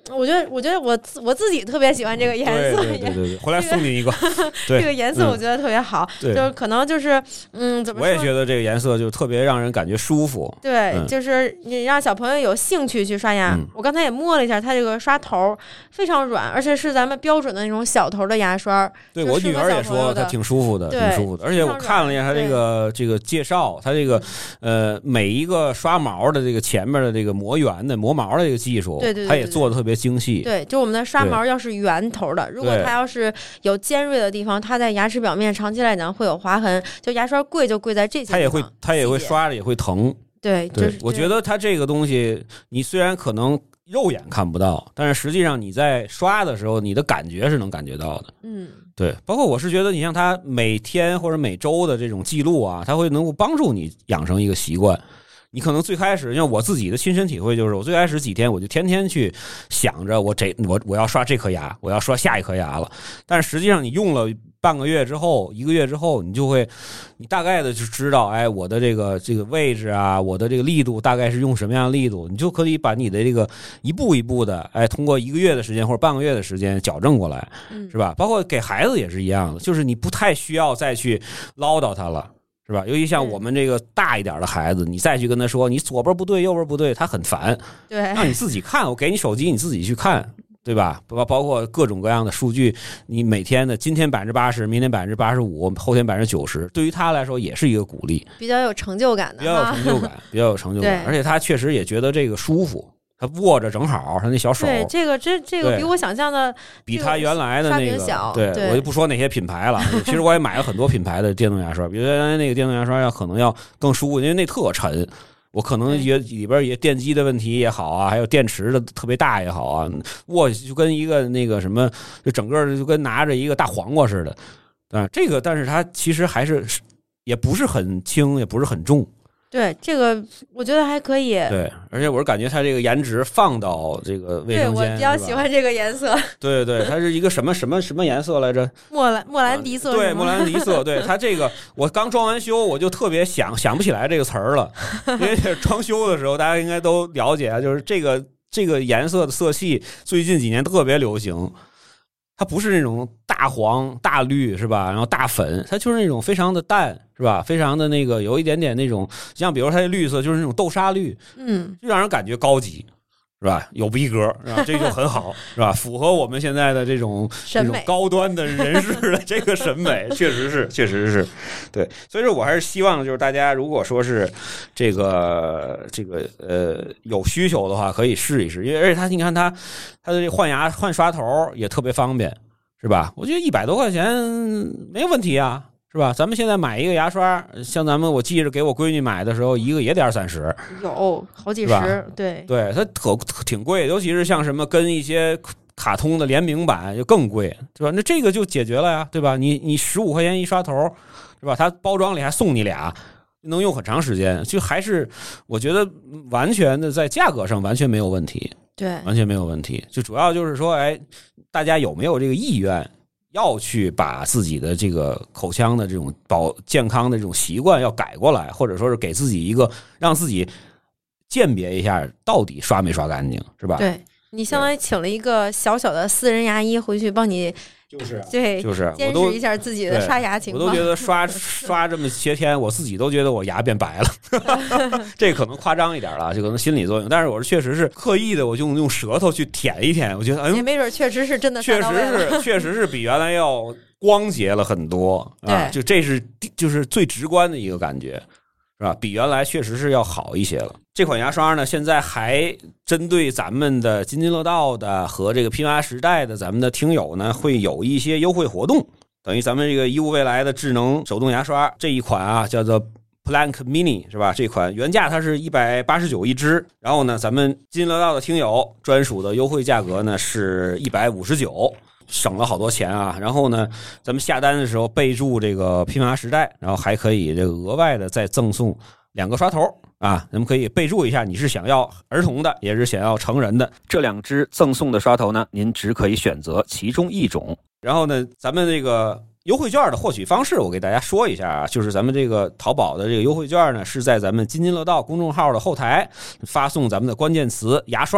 我觉得我自己特别喜欢这个颜色， 对，回来送你一个。 这个颜色我觉得特别好，就是可能就是怎么说？ 我也觉得这个颜色就特别让人感觉舒服。 对，就是你让小朋友有兴趣去刷牙。我刚才也摸了一下，它这个刷头非常软，而且是咱们标准的那种小头的牙刷。 对，我女儿也说它挺舒服的，挺舒服的。而且我看了一下它这个介绍，它这个每一个刷毛的这个前面的这个磨圆的磨毛的这个技术，它也做的特别精细。 对，就我们的刷毛要是圆头的，如果它要是有尖锐的地方，它在牙齿表面长期来讲会有划痕。就牙刷贵就贵在这些地方， 它也会刷着也会疼。 对， 我觉得它这个东西，你虽然可能肉眼看不到，但是实际上你在刷的时候，你的感觉是能感觉到的。对，包括我是觉得，你像它每天或者每周的这种记录啊，它会能够帮助你养成一个习惯。你可能最开始，因为我自己的亲身体会就是，我最开始几天我就天天去想着我要刷这颗牙，我要刷下一颗牙了。但是实际上你用了半个月之后，1个月之后，你大概的就知道，哎，我的这个位置啊，我的这个力度大概是用什么样的力度，你就可以把你的这个一步一步的，哎，通过1个月的时间或者半个月的时间矫正过来，是吧？包括给孩子也是一样的，就是你不太需要再去唠叨他了。是吧？尤其像我们这个大一点的孩子，你再去跟他说你左边不对右边不对，他很烦。 对， 让你自己看，我给你手机，你自己去看，对吧？包括各种各样的数据，你每天的今天80%，明天85%，后天90%，对于他来说也是一个鼓励， 比较有成就感的， 比较有成就感，而且他确实也觉得这个舒服。他握着正好，他那小手。 对，这个比我想象的， 比他原来的那个小。 对，我就不说哪些品牌了。其实我也买了很多品牌的电动牙刷，比如原来那个电动牙刷可能要更舒服，因为那特沉。我可能也里边也电机的问题也好啊，还有电池的特别大也好啊，握就跟一个那个什么，就整个就跟拿着一个大黄瓜似的。啊，这个但是它其实还是也不是很轻，也不是很重。 对，这个我觉得还可以。 对，而且我是感觉它这个颜值放到这个卫生间， 对，我比较喜欢这个颜色。 对，它是一个什么颜色来着？ 莫兰迪色。 对，莫兰迪色。对，它这个我刚装完修，我就特别想不起来这个词儿了，因为装修的时候大家应该都了解啊，就是这个颜色的色系最近几年特别流行。它不是那种大黄大绿是吧，然后大粉，它就是那种非常的淡是吧，非常的那个有一点点那种，像比如它的绿色就是那种豆沙绿，就让人感觉高级是吧，有逼格是吧，这就很好是吧，符合我们现在的这种高端的人士的这个审美，确实是对，所以说我还是希望就是大家如果说是这个有需求的话，可以试一试，因为而且你看它的这换刷头也特别方便是吧？我觉得100多块钱没有问题啊。是吧？咱们现在买一个牙刷，像我记着给我闺女买的时候，一个也得20-30， 有好几十，对， 它挺贵，尤其是像什么跟一些卡通的联名版就更贵，是吧？那这个就解决了呀，对吧？你15块钱一刷头，是吧？它包装里还送你俩，能用很长时间，就还是我觉得完全的在价格上完全没有问题， 对， 完全没有问题。就主要就是说，哎，大家有没有这个意愿？要去把自己的这个口腔的这种健康的这种习惯要改过来，或者说是给自己一个让自己鉴别一下到底刷没刷干净，是吧？ 对，你相当于请了一个小小的私人牙医回去帮你，对，监视一下自己的刷牙情况。 我都觉得刷这么些天，我自己都觉得我牙变白了。这可能夸张一点了，这可能心理作用。但是我确实是刻意的，我就用舌头去舔一舔，我觉得也没准确实是真的， 确实是比原来要光洁了很多啊！就这是就是最直观的一个感觉。是吧？比原来确实是要好一些了。这款牙刷呢，现在还针对咱们的津津乐道的和这个拼娃时代的咱们的听友呢，会有一些优惠活动。等于咱们这个一物未来的智能手动牙刷这一款啊，叫做 Plank Mini 是吧？这款原价它是189一支，然后呢，咱们津津乐道的听友专属的优惠价格呢是159。省了好多钱啊！然后呢，咱们下单的时候备注这个拼娃时代，然后还可以这个额外的再赠送2个刷头啊！咱们可以备注一下，你是想要儿童的，也是想要成人的。这2支赠送的刷头呢，您只可以选择其中一种。然后呢，咱们这个优惠券的获取方式，我给大家说一下啊，就是咱们这个淘宝的这个优惠券呢，是在咱们津津乐道公众号的后台发送咱们的关键词牙刷。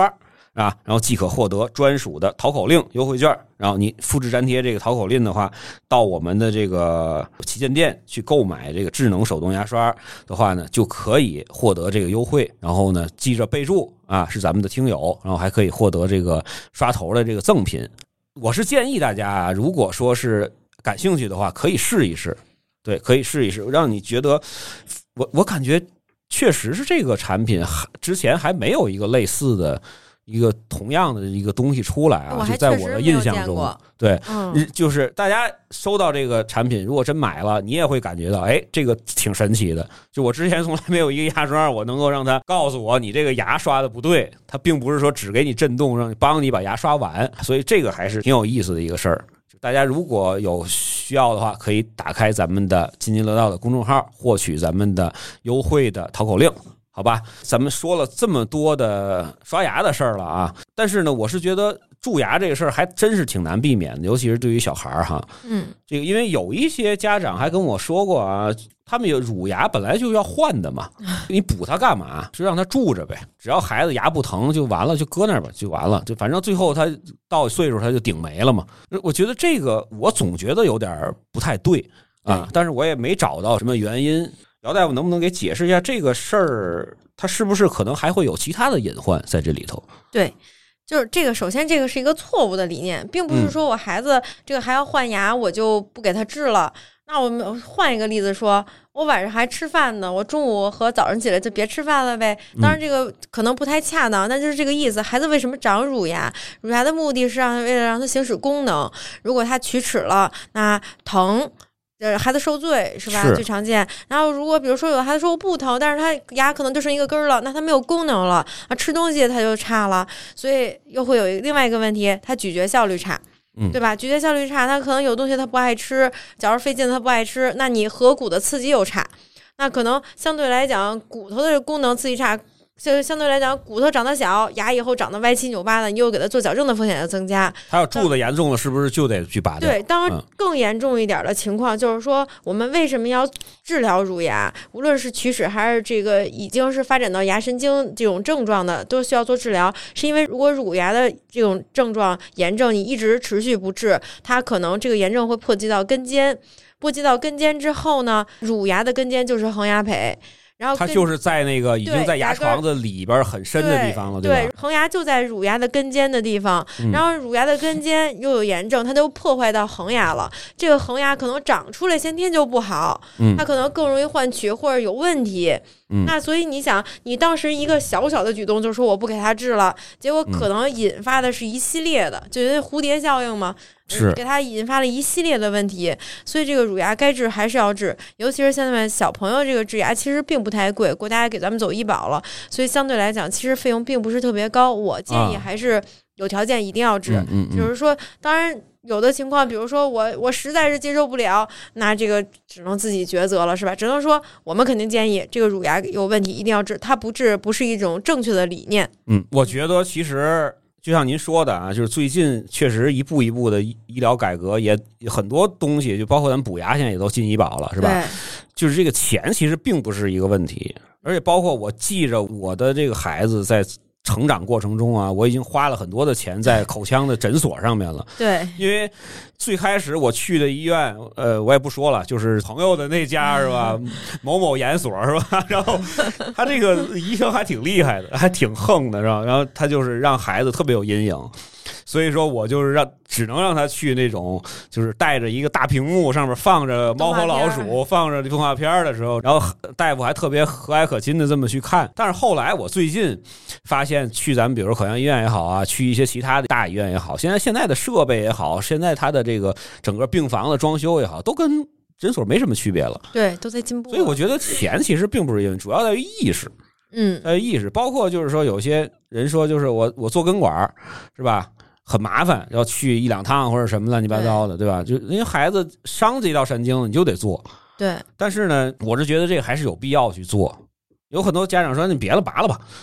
啊，然后即可获得专属的淘口令优惠券。然后你复制粘贴这个淘口令的话，到我们的这个旗舰店去购买这个智能手动牙刷的话呢，就可以获得这个优惠。然后呢，记着备注啊，是咱们的听友，然后还可以获得这个刷头的这个赠品。我是建议大家，如果说是感兴趣的话，可以试一试。对，可以试一试，让你觉得，我感觉确实是这个产品之前还没有一个类似的一个同样的一个东西出来啊，就在我的印象中，对，就是大家收到这个产品，如果真买了，你也会感觉到，哎，这个挺神奇的。就我之前从来没有一个牙刷，我能够让它告诉我你这个牙刷的不对，它并不是说只给你震动，让你帮你把牙刷完，所以这个还是挺有意思的一个事儿。大家如果有需要的话，可以打开咱们的津津乐道的公众号，获取咱们的优惠的淘口令，好吧？咱们说了这么多的刷牙的事儿了啊，但是呢，我是觉得蛀牙这个事儿还真是挺难避免的，尤其是对于小孩儿哈。这个因为有一些家长还跟我说过啊，他们有乳牙本来就要换的嘛，你补它干嘛？就让它住着呗，只要孩子牙不疼就完了，就搁那儿吧，就完了，就反正最后他到岁数他就顶没了嘛。我觉得这个我总觉得有点不太对啊，但是我也没找到什么原因。姚大夫能不能给解释一下这个事儿？它是不是可能还会有其他的隐患在这里头？ 对。就是这个，首先这个是一个错误的理念，并不是说我孩子这个还要换牙，我就不给他治了。那我们换一个例子说，我晚上还吃饭呢，我中午和早上起来就别吃饭了呗。当然这个可能不太恰当，但就是这个意思。孩子为什么长乳牙？乳牙的目的是为了让它行使功能。如果它龋齿了，那疼。孩子受罪是吧？最常见。然后如果比如说有的孩子说我不疼，但是他牙可能就剩一个根了，那他没有功能了啊，吃东西他就差了，所以又会有另外一个问题，他咀嚼效率差。对吧？咀嚼效率差，他可能有东西他不爱吃，嚼着费劲他不爱吃，那你颌骨的刺激又差，那可能相对来讲骨头的功能刺激差，相对来讲骨头长得小，牙以后长得歪七扭八的，你又给他做矫正的风险要增加。 他要蛀的严重了，是不是就得去拔掉？ 对，当然更严重一点的情况就是说，我们为什么要治疗乳牙？无论是龋齿还是这个已经是发展到牙神经这种症状的，都需要做治疗。是因为如果乳牙的这种症状炎症你一直持续不治，它可能这个炎症会波及到根尖，波及到根尖之后呢，乳牙的根尖就是恒牙胚。然后它就是在那个已经在牙床子里边很深的地方了，对吧？ 对，恒牙就在乳牙的根尖的地方，然后乳牙的根尖又有炎症，它就破坏到恒牙了。这个恒牙可能长出来先天就不好，它可能更容易换龋或者有问题。那所以你想，你当时一个小小的举动，就说我不给他治了，结果可能引发的是一系列的，就因为蝴蝶效应嘛。 是给他引发了一系列的问题，所以这个乳牙该治还是要治，尤其是现在小朋友这个治牙其实并不太贵，国家也给咱们走医保了，所以相对来讲其实费用并不是特别高。我建议还是有条件一定要治，就是说当然有的情况比如说我实在是接受不了，那这个只能自己抉择了，是吧？只能说我们肯定建议这个乳牙有问题一定要治，它不治不是一种正确的理念。 我觉得其实就像您说的啊，就是最近确实一步一步的医疗改革，也很多东西，就包括咱们补牙现在也都进医保了，是吧？就是这个钱其实并不是一个问题，而且包括我记着我的这个孩子在成长过程中啊，我已经花了很多的钱在口腔的诊所上面了。 对， 因为最开始我去的医院，我也不说了，就是朋友的那家是吧？某某研所是吧？然后他这个医生还挺厉害的，还挺横的是吧？然后他就是让孩子特别有阴影。所以说我就是只能让他去那种就是带着一个大屏幕，上面放着猫和老鼠，放着动画片的时候，然后大夫还特别和蔼可亲的这么去看。但是后来我最近发现，去咱们比如说口腔医院也好啊，去一些其他的大医院也好，现在的设备也好，现在它的这个整个病房的装修也好，都跟诊所没什么区别了。 对，都在进步。 所以我觉得钱其实并不是因为，主要在于意识。意识，包括就是说有些人说就是我做根管是吧？很麻烦，要去1-2趟或者什么乱七八糟的，对吧？就因为孩子伤这道神经，你就得做。 对。但是呢，我是觉得这个还是有必要去做。有很多家长说：“你别了，拔了吧，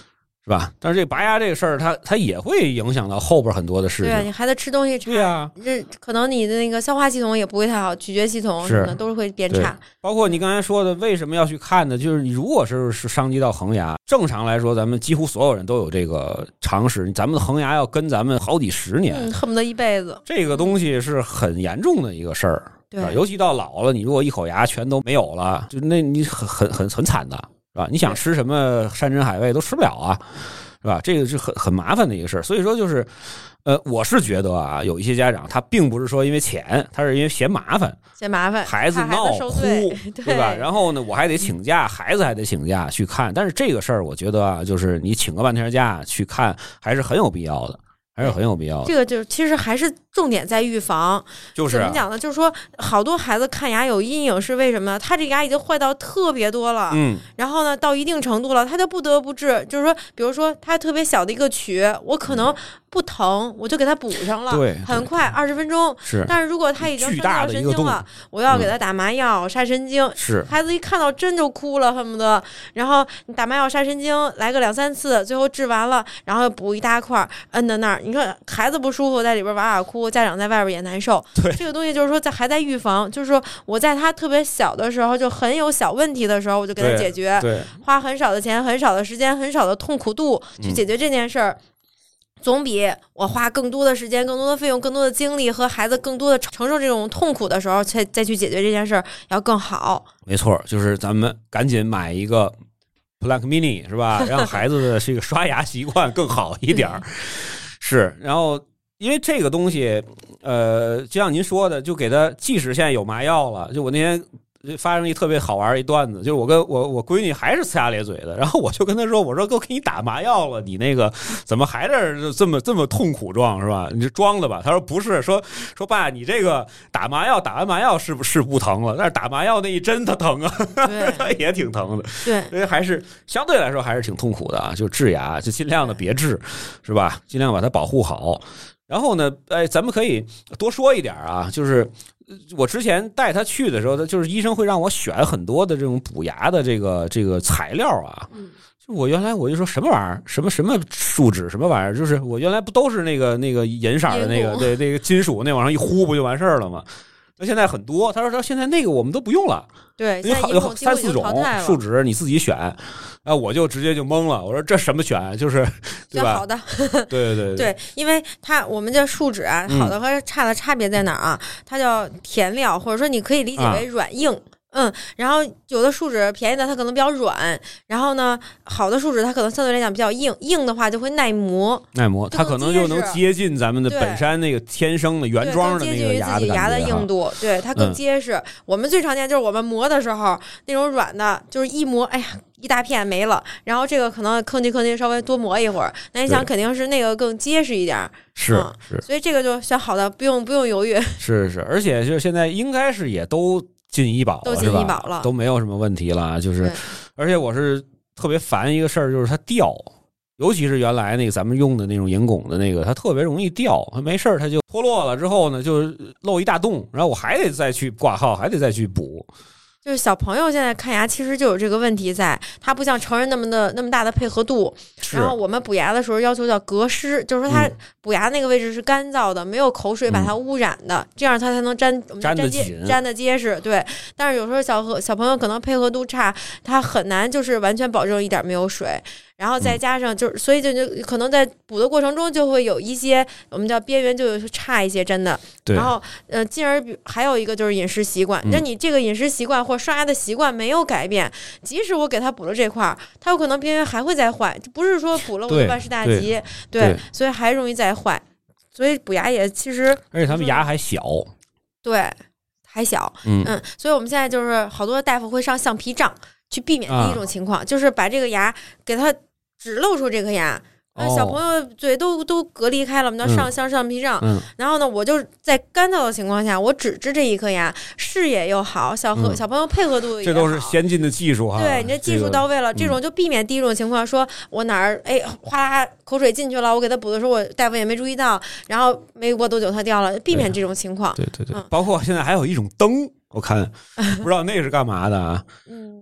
是吧？但是这拔牙这个事儿，它也会影响到后边很多的事情。 对啊，你孩子吃东西差， 对啊， 这可能你的那个消化系统也不会太好，咀嚼系统什么的都是会变差。 包括你刚才说的，为什么要去看呢？就是如果是伤及到恒牙，正常来说，咱们几乎所有人都有这个常识，咱们的恒牙要跟咱们好几十年， 恨不得一辈子。 这个东西是很严重的一个事儿。 对， 尤其到老了，你如果一口牙全都没有了，就那你很惨的，是吧？你想吃什么山珍海味都吃不了啊，是吧？这个是很麻烦的一个事儿。所以说就是，我是觉得啊，有一些家长他并不是说因为钱，他是因为嫌麻烦，孩子闹哭，对吧？然后呢，我还得请假，孩子还得请假去看。但是这个事儿，我觉得啊，就是你请个半天假去看，还是很有必要的。还是很有必要的。 这个就是其实还是重点在预防。 就是怎么讲呢？就是说，好多孩子看牙有阴影是为什么呢？他这牙已经坏到特别多了，然后呢，到一定程度了，他就不得不治。就是说，比如说他特别小的一个龋，我可能不疼，我就给他补上了， 对， 很快20分钟。 是， 但是如果他已经伤到神经了，我要给他打麻药、杀神经。 是， 孩子一看到针就哭了，恨不得。然后你打麻药、杀神经来个2、3次，最后治完了，然后补一大块，摁在那儿。你说孩子不舒服，在里边哇哇哭，家长在外边也难受。 对， 这个东西就是说还在预防，就是说我在他特别小的时候，就很有小问题的时候，我就给他解决， 对， 花很少的钱、很少的时间、很少的痛苦度去解决这件事儿。总比我花更多的时间、更多的费用、更多的精力和孩子更多的承受这种痛苦的时候，再去解决这件事儿要更好。 没错，就是咱们赶紧买一个 Planck Mini 是吧？让孩子的这个刷牙习惯更好一点。是，然后因为这个东西，就像您说的，就给他，即使现在有麻药了，就我那天发生一特别好玩一段子，就是我跟我闺女还是呲牙咧嘴的，然后我就跟她说，我说都给你打麻药了，你那个怎么还是这么痛苦状是吧？你是装的吧？她说不是，说爸，你这个打麻药打完麻药是不疼了，但是打麻药那一针它疼啊，它也挺疼的， 对， 所以还是相对来说还是挺痛苦的啊，就治牙就尽量的别治，是吧？尽量把它保护好。然后呢，咱们可以多说一点啊，就是我之前带他去的时候，就是医生会让我选很多的这种补牙的这个材料啊。就我原来我就说什么玩意儿，什么树脂什么玩意儿，就是我原来不都是那个银色的那个对那个金属那往上一呼不就完事儿了吗？那现在很多，他说现在那个我们都不用了， 对， 有3、4种树脂你自己选，然后我就直接就懵了，我说这什么选，就是对吧？ 好的， 对， 因为我们这树脂啊，好的和差的差别在哪儿啊？它叫填料，或者说你可以理解为软硬。然后有的树脂便宜的它可能比较软，然后呢，好的树脂它可能相对来讲比较硬，硬的话就会耐磨， 它可能就能接近咱们的本山那个天生的原装的那个牙的牙的硬度，对它更结实。我们最常见就是我们磨的时候那种软的，就是一磨，哎呀，一大片没了，然后这个可能吭叽稍微多磨一会儿，那你想肯定是那个更结实一点， 是， 所以这个就选好的，不用犹豫。 是，而且就是现在应该是也都进医保了， 都进医保了， 都没有什么问题了。就是，而且我是特别烦一个事儿，就是它掉，尤其是原来那个咱们用的那种银汞的那个，它特别容易掉，没事它就脱落了之后呢，就漏一大洞，然后我还得再去挂号，还得再去补。 就是小朋友现在看牙其实就有这个问题在，他不像成人那么大的配合度。然后我们补牙的时候要求叫隔湿，就是说他补牙那个位置是干燥的，没有口水把它污染的，这样他才能粘得结实。对，但是有时候小朋友可能配合度差，他很难就是完全保证一点没有水。然后再加上所以就可能在补的过程中就会有一些我们叫边缘就有差一些，真的。然后进而还有一个就是饮食习惯，那你这个饮食习惯或刷牙的习惯没有改变，即使我给他补了这块，他有可能边缘还会再坏，不是说补了我就万事大吉，对，所以还容易再坏。所以补牙也其实， 而且他们牙还小， 对，还小，所以我们现在就是好多大夫会上橡皮杖。去避免第一种情况，就是把这个牙给它只露出这颗牙，小朋友嘴都隔离开了，我们要上橡皮杖。然后呢，我就在干燥的情况下，我只治这一颗牙，视野又好，小朋友配合度也好， 这都是先进的技术哈。 对，你这技术到位了，这种就避免第一种情况，说我哪儿哗啦口水进去了，我给他补的时候，我大夫也没注意到，然后没过多久它掉了，避免这种情况。 对，包括现在还有一种灯。我看不知道那是干嘛的啊？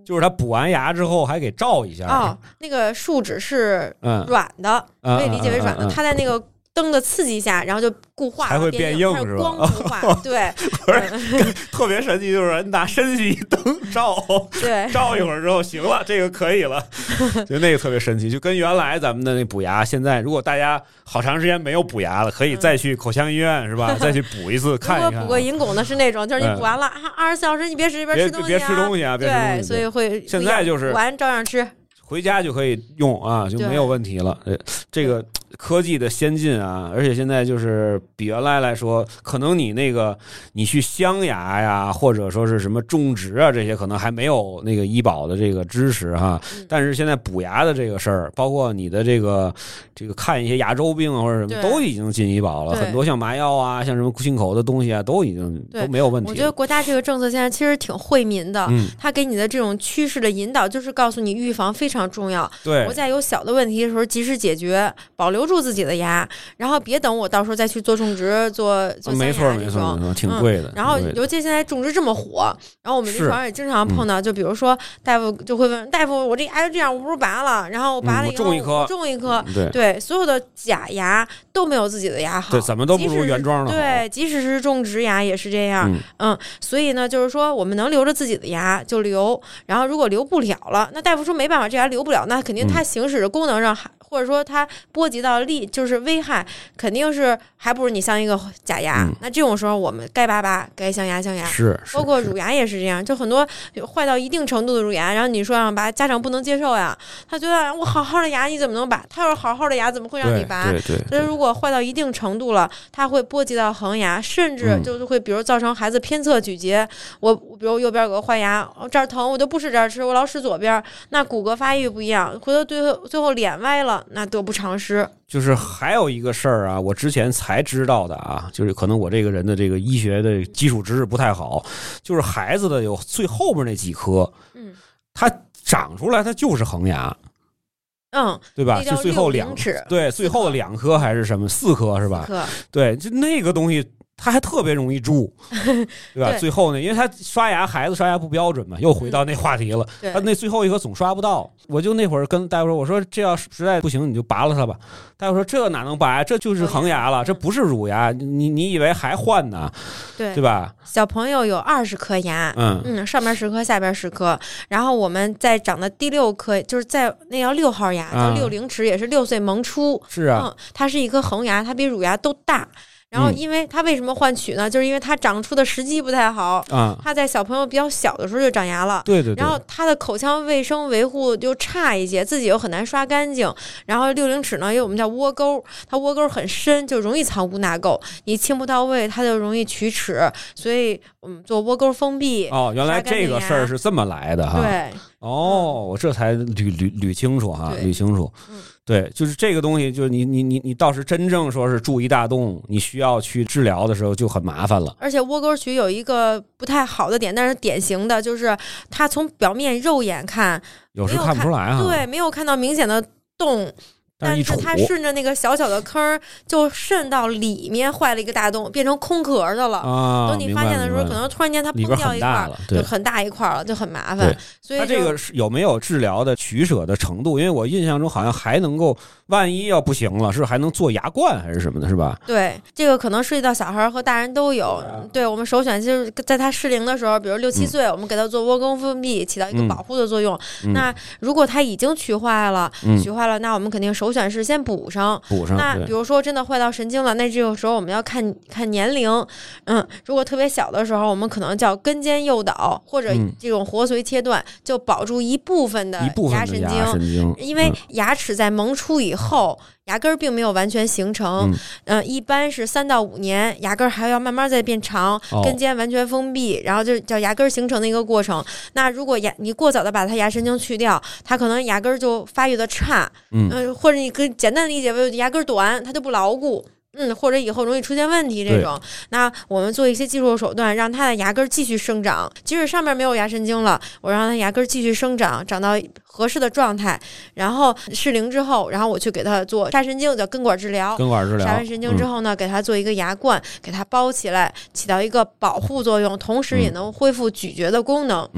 就是他补完牙之后还给照一下。 哦，那个树脂是软的，可以理解为软的，它在那个灯的刺激下，然后就固化， 还会变硬是吧？ 光固化，对， 特别神奇，就是拿身体一灯照， 对， 照一会儿之后行了，这个可以了，就那个特别神奇，就跟原来咱们的那补牙，现在如果大家好长时间没有补牙了，可以再去口腔医院是吧？再去补一次看一看。 如果补过银拱的是那种，就是你补完了24小时你别吃东西啊， 别吃东西啊， 对，所以会现在就是补完照样吃。 回家就可以用啊，就没有问题了。这个科技的先进啊，而且现在就是比原来说，可能你去镶牙呀，或者说是什么种植啊，这些可能还没有那个医保的这个支持哈。但是现在补牙的这个事儿，包括你的这个看一些牙周病或者什么，都已经进医保了。很多像麻药啊，像什么进口的东西啊，都已经都没有问题。 我觉得国家这个政策现在其实挺惠民的，它给你的这种趋势的引导，就是告诉你预防非常重要。 对， 我在有小的问题的时候及时解决，保留住自己的牙，然后别等我到时候再去做种植、做没错，挺贵的。 然后尤其现在种植这么火，然后我们临床也经常碰到，就比如说大夫就会问大夫，我这牙就这样，我不是拔了，然后我拔了以后种一颗，对，所有的假牙都没有自己的牙好， 对，怎么都不如原装的好。 对，即使是种植牙也是这样，所以呢，就是说我们能留着自己的牙就留，然后如果留不了了，那大夫说没办法，这牙留不了，那肯定它行驶的功能上或者说它波及到就是危害，肯定是还不如你镶一个假牙。那这种时候我们该拔，该镶牙。 是， 包括乳牙也是这样，就很多坏到一定程度的乳牙，然后你说让拔，家长不能接受呀，他觉得我好好的牙你怎么能拔？他要是好好的牙怎么会让你拔？ 对。 所以如果坏到一定程度了，它会波及到恒牙，甚至就是会比如造成孩子偏侧咀嚼。我比如右边有个坏牙，这儿疼我就不使这儿吃，我老使左边，那骨骼发育不一样，回头最后脸歪了，那得不偿失。 就是还有一个事儿啊，我之前才知道的啊，就是可能我这个人的这个医学的基础知识不太好，就是孩子的有最后面那几颗，它长出来它就是恒牙，对吧？就最后最后的2颗还是什么4颗是吧？对，就那个东西。它还特别容易蛀，对吧？最后呢，因为他孩子刷牙不标准嘛，又回到那话题了。他那最后一颗总刷不到，我就那会儿跟大夫说，我说这要实在不行，你就拔了它吧。大夫说这哪能拔呀？这就是恒牙了，这不是乳牙，你以为还换呢？对吧？ 小朋友有20颗牙，上边10颗，下边10颗，然后我们在长的第6颗，就是在那叫6号牙，叫60齿，也是6岁萌出。 是啊， 它是一颗恒牙，它比乳牙都大。然后，因为它为什么换取呢？就是因为它长出的时机不太好，它在小朋友比较小的时候就长牙了。 对。 然后它的口腔卫生维护就差一些，自己又很难刷干净。然后60齿呢，因为我们叫窝沟，它窝沟很深，就容易藏污纳垢。你清不到位，它就容易龋齿。所以我们做窝沟封闭。 原来这个事儿是这么来的哈。 对。 我这才捋清楚哈，捋清楚。对，就是这个东西，就是你倒是真正说是蛀一大洞，你需要去治疗的时候就很麻烦了。 而且窝沟龋有一个不太好的点，但是典型的就是它从表面肉眼看， 有时看不出来啊。 对，没有看到明显的洞。但是它顺着那个小小的坑就渗到里面，坏了一个大洞，变成空壳的了。等你发现的时候，可能突然间它崩掉一块，就很大一块了，就很麻烦。所以它这个有没有治疗的取舍的程度？因为我印象中好像还能够，万一要不行了，是还能做牙冠还是什么的，是吧？ 对，这个可能涉及到小孩和大人都有。对，我们首选就是在他适龄的时候，比如6、7岁，我们给他做窝沟封闭，起到一个保护的作用。那如果他已经龋坏了，那我们肯定首选是先补上。那比如说真的坏到神经了，那这个时候我们要看年龄。如果特别小的时候，我们可能叫根尖诱导，或者这种活髓切断，就保住一部分的牙神经。因为牙齿在萌出以后，牙根并没有完全形成，一般是3到5年，牙根还要慢慢再变长，根尖完全封闭，然后就叫牙根形成的一个过程。那如果你过早的把它牙神经去掉，它可能牙根就发育的差，或者你可以简单理解为牙根短，它就不牢固。或者以后容易出现问题这种，那我们做一些技术手段，让它的牙根继续生长，即使上面没有牙神经了，我让它牙根继续生长，长到合适的状态，然后适龄之后，然后我去给它做杀神经，叫根管治疗。杀完神经之后呢，给它做一个牙冠，给它包起来，起到一个保护作用，同时也能恢复咀嚼的功能。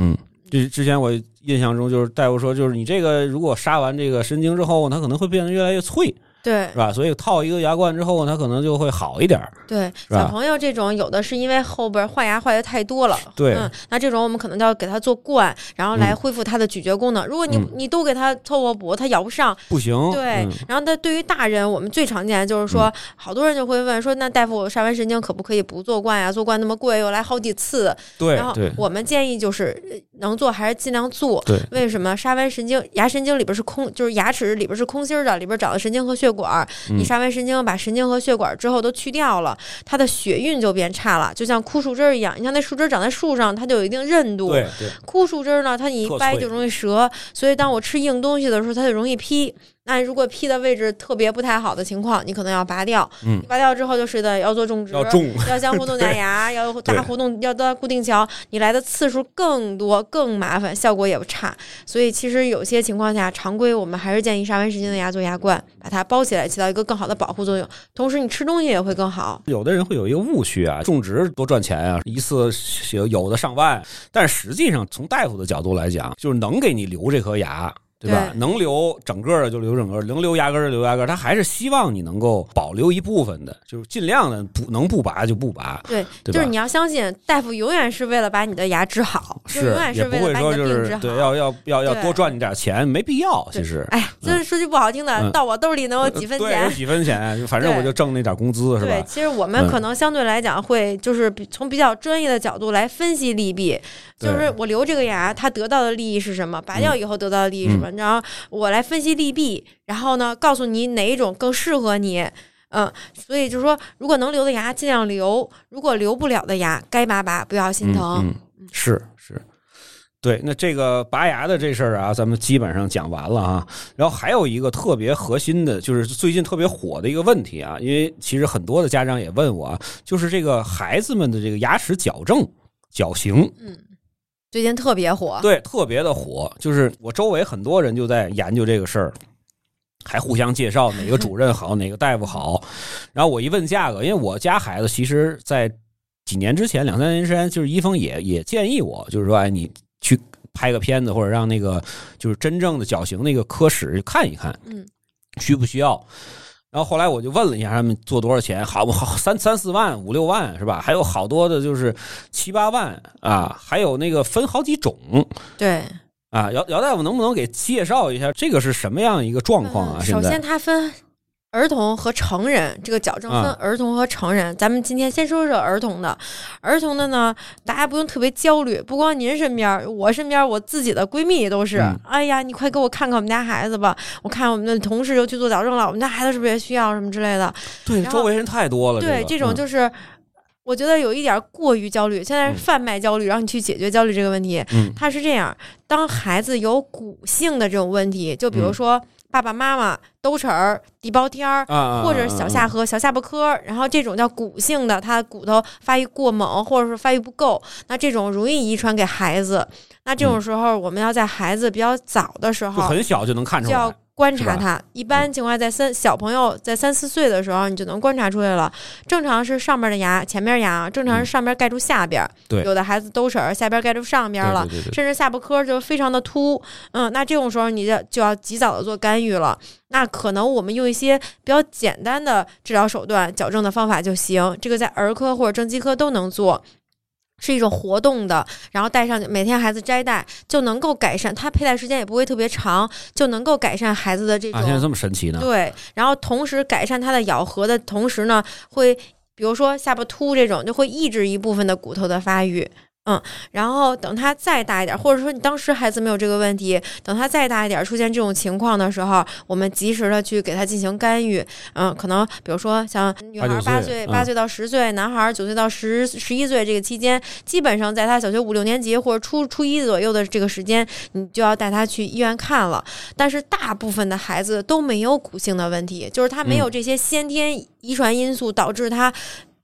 这之前我印象中就是大夫说，就是你这个如果杀完这个神经之后，它可能会变得越来越脆。 对， 是吧？所以套一个牙冠之后，它可能就会好一点。 对，小朋友这种有的是因为后边换牙换的太多了， 对， 那这种我们可能就要给他做冠，然后来恢复他的咀嚼功能。如果你都给他凑合补，他咬不上， 不行。 对，然后他对于大人，我们最常见的就是说，好多人就会问说，那大夫，我杀完神经可不可以不做冠呀？做冠那么贵，又来好几次。 对， 然后我们建议就是能做还是尽量做。 对， 为什么？杀完神经，牙神经里边是空，就是牙齿里边是空心的，里边长的神经和血管，你杀完神经，把神经和血管之后都去掉了，它的血运就变差了，就像枯树枝一样。你像那树枝长在树上，它就有一定韧度。 对， 枯树枝呢，它你一掰就容易折，所以当我吃硬东西的时候，它就容易劈。那如果劈的位置特别不太好的情况，你可能要拔掉。你拔掉之后就是的，要做种植，要镶活动假牙，要大活动，要到固定桥，你来的次数更多，更麻烦，效果也不差。所以其实有些情况下，常规我们还是建议杀完神经的牙做牙冠，把它包起来，起到一个更好的保护作用。同时，你吃东西也会更好。 有的人会有一个误区啊，种植多赚钱啊，一次有的上万，但实际上从大夫的角度来讲，就是能给你留这颗牙。对吧？能留整个的就留整个，能留牙根的留牙根，他还是希望你能够保留一部分的，就是尽量的能不拔就不拔。 对， 对， 就是你要相信大夫永远是为了把你的牙治好， 是永远是为了把你的病治好。 对，要多赚你点钱，没必要。其实， 哎，这说句不好听的，到我兜里能有几分钱？ 对，有几分钱，反正我就挣那点工资，是吧？ 对，其实我们可能相对来讲会就是从比较专业的角度来分析利弊，就是我留这个牙，它得到的利益是什么？拔掉以后得到的利益是什么？然后我来分析利弊，然后呢，告诉你哪一种更适合你。所以就是说，如果能留的牙尽量留，如果留不了的牙，该拔拔，不要心疼。 是。对，那这个拔牙的这事儿啊，咱们基本上讲完了啊。然后还有一个特别核心的，就是最近特别火的一个问题啊，因为其实很多的家长也问我啊，就是这个孩子们的这个牙齿矫正、矫形。 最近特别火， 对，特别的火，就是我周围很多人就在研究这个事儿，还互相介绍哪个主任好，哪个大夫好。然后我一问价格，因为我家孩子其实在几年之前，2-3年之前，就是一峰也建议我，就是说，哎，你去拍个片子，或者让那个就是真正的矫形那个科室看一看，需不需要。然后后来我就问了一下他们做多少钱，好3-4万、5-6万是吧？还有好多的就是7-8万啊，还有那个分好几种。 对啊，姚大夫能不能给介绍一下这个是什么样一个状况啊？ 首先它分儿童和成人，这个矫正分儿童和成人。咱们今天先说说儿童的。儿童的呢，大家不用特别焦虑，不光您身边，我身边我自己的闺蜜都是。哎呀，你快给我看看我们家孩子吧，我看我们的同事又去做矫正了，我们家孩子是不是也需要什么之类的？ 对，周围人太多了。 对，这种就是我觉得有一点过于焦虑，现在是贩卖焦虑，让你去解决焦虑这个问题。它是这样，当孩子有骨性的这种问题，就比如说爸爸妈妈兜齿儿、地包天儿，或者小下颌、小下巴颏，然后这种叫骨性的，他骨头发育过猛，或者是发育不够，那这种容易遗传给孩子。那这种时候，我们要在孩子比较早的时候， 就很小就能看出来， 就要观察他。一般情况在小朋友在3-4岁的时候，你就能观察出来了。正常是上面的牙、前面牙，正常是上边盖住下边。 对， 有的孩子兜齿儿，下边盖住上边了， 对， 甚至下巴颏就非常的凸。那这种时候你就要及早的做干预了。那可能我们用一些比较简单的治疗手段、矫正的方法就行。这个在儿科或者正畸科都能做。是一种活动的，然后戴上每天孩子摘戴就能够改善，它佩戴时间也不会特别长，就能够改善孩子的这种。 现在这么神奇呢？ 对，然后同时改善它的咬合的同时呢，会比如说下巴凸这种，就会抑制一部分的骨头的发育。然后等他再大一点，或者说你当时孩子没有这个问题，等他再大一点出现这种情况的时候，我们及时的去给他进行干预。可能比如说像女孩8岁到10岁，男孩9岁到11岁这个期间，基本上在他小学5-6年级或者初一左右的这个时间，你就要带他去医院看了。但是大部分的孩子都没有骨性的问题，就是他没有这些先天遗传因素导致他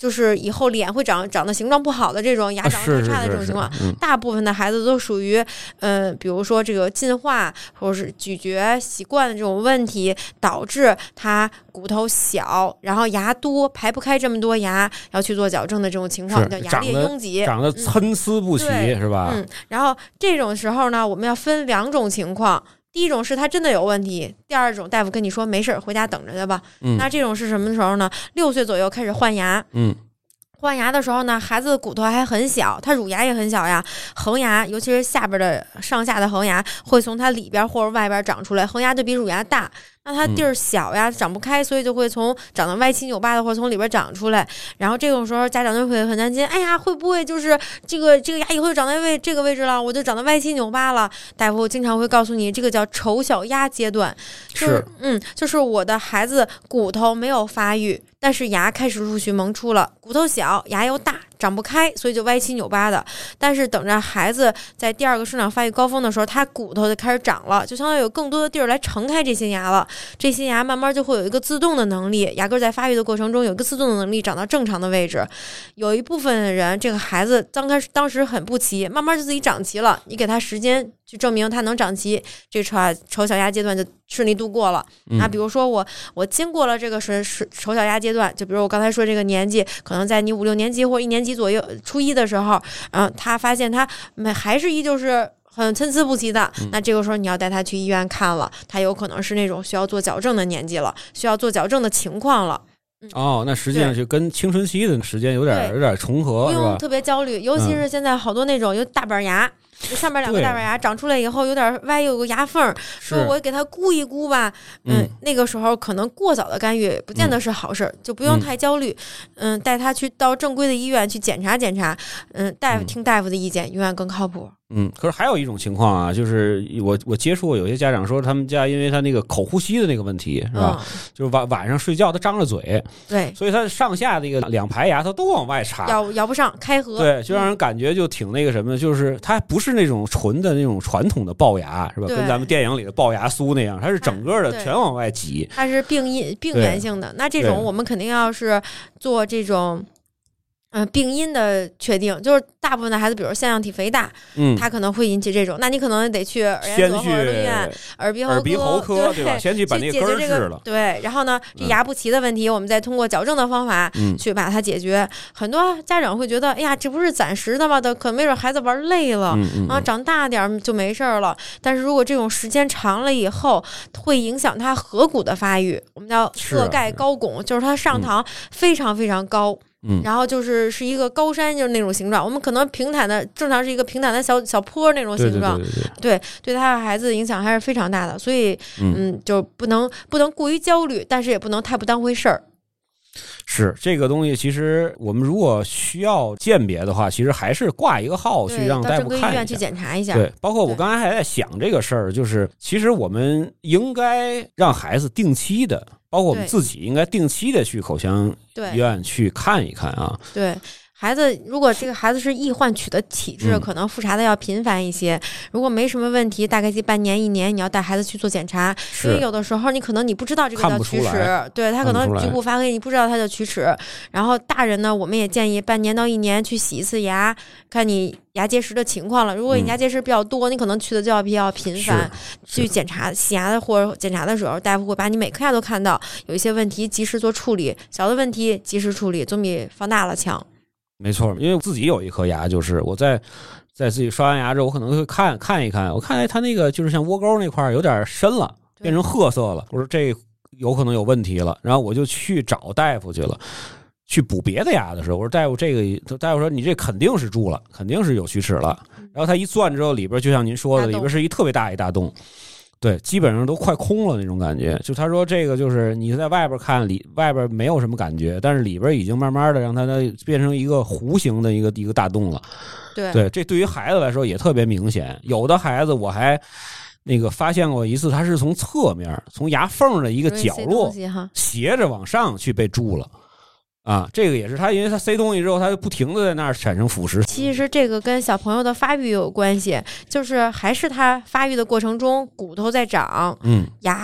就是以后脸会长得形状不好的这种牙长得太差的这种情况，大部分的孩子都属于比如说这个进化或者是咀嚼习惯的这种问题，导致他骨头小，然后牙多排不开这么多牙，要去做矫正的这种情况叫牙列拥挤， 长得参差不齐，是吧？ 然后这种时候呢，我们要分2种情况。第一种是他真的有问题，第二种大夫跟你说没事，回家等着去吧。那这种是什么时候呢？6岁左右开始换牙。换牙的时候呢，孩子的骨头还很小，他乳牙也很小呀，恒牙尤其是下边的上下的恒牙会从它里边或者外边长出来，恒牙就比乳牙大，那它地儿小呀，长不开，所以就会长得歪七扭八的，或者从里边长出来。然后这种时候家长就会很担心，哎呀，会不会就是这个牙以后就长在这个位置了，我就长得歪七扭八了？大夫经常会告诉你，这个叫丑小鸭阶段，就是我的孩子骨头没有发育，但是牙开始陆续萌出了，骨头小，牙又大，长不开，所以就歪七扭八的。但是等着孩子在第2个生长发育高峰的时候，他骨头就开始长了，就相当于有更多的地儿来承开这些牙了。这些牙慢慢就会有一个自动的能力，牙根在发育的过程中有一个自动的能力长到正常的位置。有一部分人，这个孩子当时很不齐，慢慢就自己长齐了，你给他时间去证明他能长齐，这个丑小鸭阶段就顺利度过了。比如说我经过了这个丑小鸭阶段，就比如我刚才说这个年纪，可能在你5、6年级或1年级左右，初1的时候，他发现他还是依旧是很参差不齐的，那这个时候你要带他去医院看了，他有可能是那种需要做矫正的年纪了，需要做矫正的情况了。 那实际上就跟青春期的时间有点重合， 不用特别焦虑，尤其是现在好多那种有大板牙。这上面2个大板牙长出来以后有点歪，有个牙缝，说我给他箍一箍吧，那个时候可能过早的干预不见得是好事，就不用太焦虑，带他去到正规的医院去检查检查，听大夫的意见永远更靠谱。 可是还有一种情况啊，就是我接触过有些家长说，他们家因为他那个口呼吸的那个问题，是吧？就是晚上睡觉他张着嘴， 对， 所以他上下那个2排牙他都往外插， 咬不上开合， 对，就让人感觉就挺那个什么，就是他不是那种纯的那种传统的龅牙，是吧？跟咱们电影里的龅牙酥那样，它是整个的全往外挤， 它是病原性的。那这种我们肯定要是做这种。病因的确定，就是大部分的孩子，比如腺样体肥大，他可能会引起这种，那你可能得去耳咽喉科医院、耳鼻喉科， 对吧？先去把那个根儿治了， 对。然后呢，这牙不齐的问题，我们再通过矫正的方法去把它解决。很多家长会觉得，哎呀，这不是暂时的吗？可没准孩子玩累了，长大点就没事了。但是如果这种时间长了以后，会影响他颌骨的发育，我们叫颌盖高拱，就是他上膛非常非常高。然后是一个高山，就是那种形状。我们可能平坦的，正常是一个平坦的小坡那种形状。对他的孩子的影响还是非常大的。所以，就不能过于焦虑，但是也不能太不当回事儿。 是这个东西，其实我们如果需要鉴别的话，其实还是挂一个号去让大夫看一下，到正规医院去检查一下。 对，包括我刚才还在想这个事儿，就是其实我们应该让孩子定期的，包括我们自己应该定期的去口腔医院去看一看啊。 对。孩子，如果这个孩子是易患龋的体质，可能复查的要频繁一些。如果没什么问题，大概半年1年，你要带孩子去做检查，因为有的时候你可能你不知道这个叫龋齿，对他可能局部发黑，你不知道它叫龋齿。然后大人呢，我们也建议半年到1年去洗一次牙，看你牙结石的情况了。如果你牙结石比较多，你可能去的就要比较频繁，去检查洗牙的或者检查的时候，大夫会把你每颗牙都看到，有一些问题及时做处理，小的问题及时处理，总比放大了强。 没错，因为我自己有一颗牙，就是我在自己刷完牙之后，我可能会看一看，我看它那个就是像窝沟那块有点深了，变成褐色了，我说这有可能有问题了，然后我就去找大夫去了。去补别的牙的时候，我说大夫这个，大夫说你这肯定是蛀了，肯定是有龋齿了。然后他一钻之后，里边就像您说的，里边是一特别大一大洞。对，基本上都快空了那种感觉。就他说这个就是你在外边看外边没有什么感觉，但是里边已经慢慢的让它变成一个弧形的一个大洞了。对，这对于孩子来说也特别明显。有的孩子我还发现过一次，他是从侧面从牙缝的一个角落斜着往上去被蛀了。啊，这个也是他，因为他塞东西之后，他就不停的在那儿产生腐蚀。 其实这个跟小朋友的发育有关系，就是还是他发育的过程中，骨头在长，牙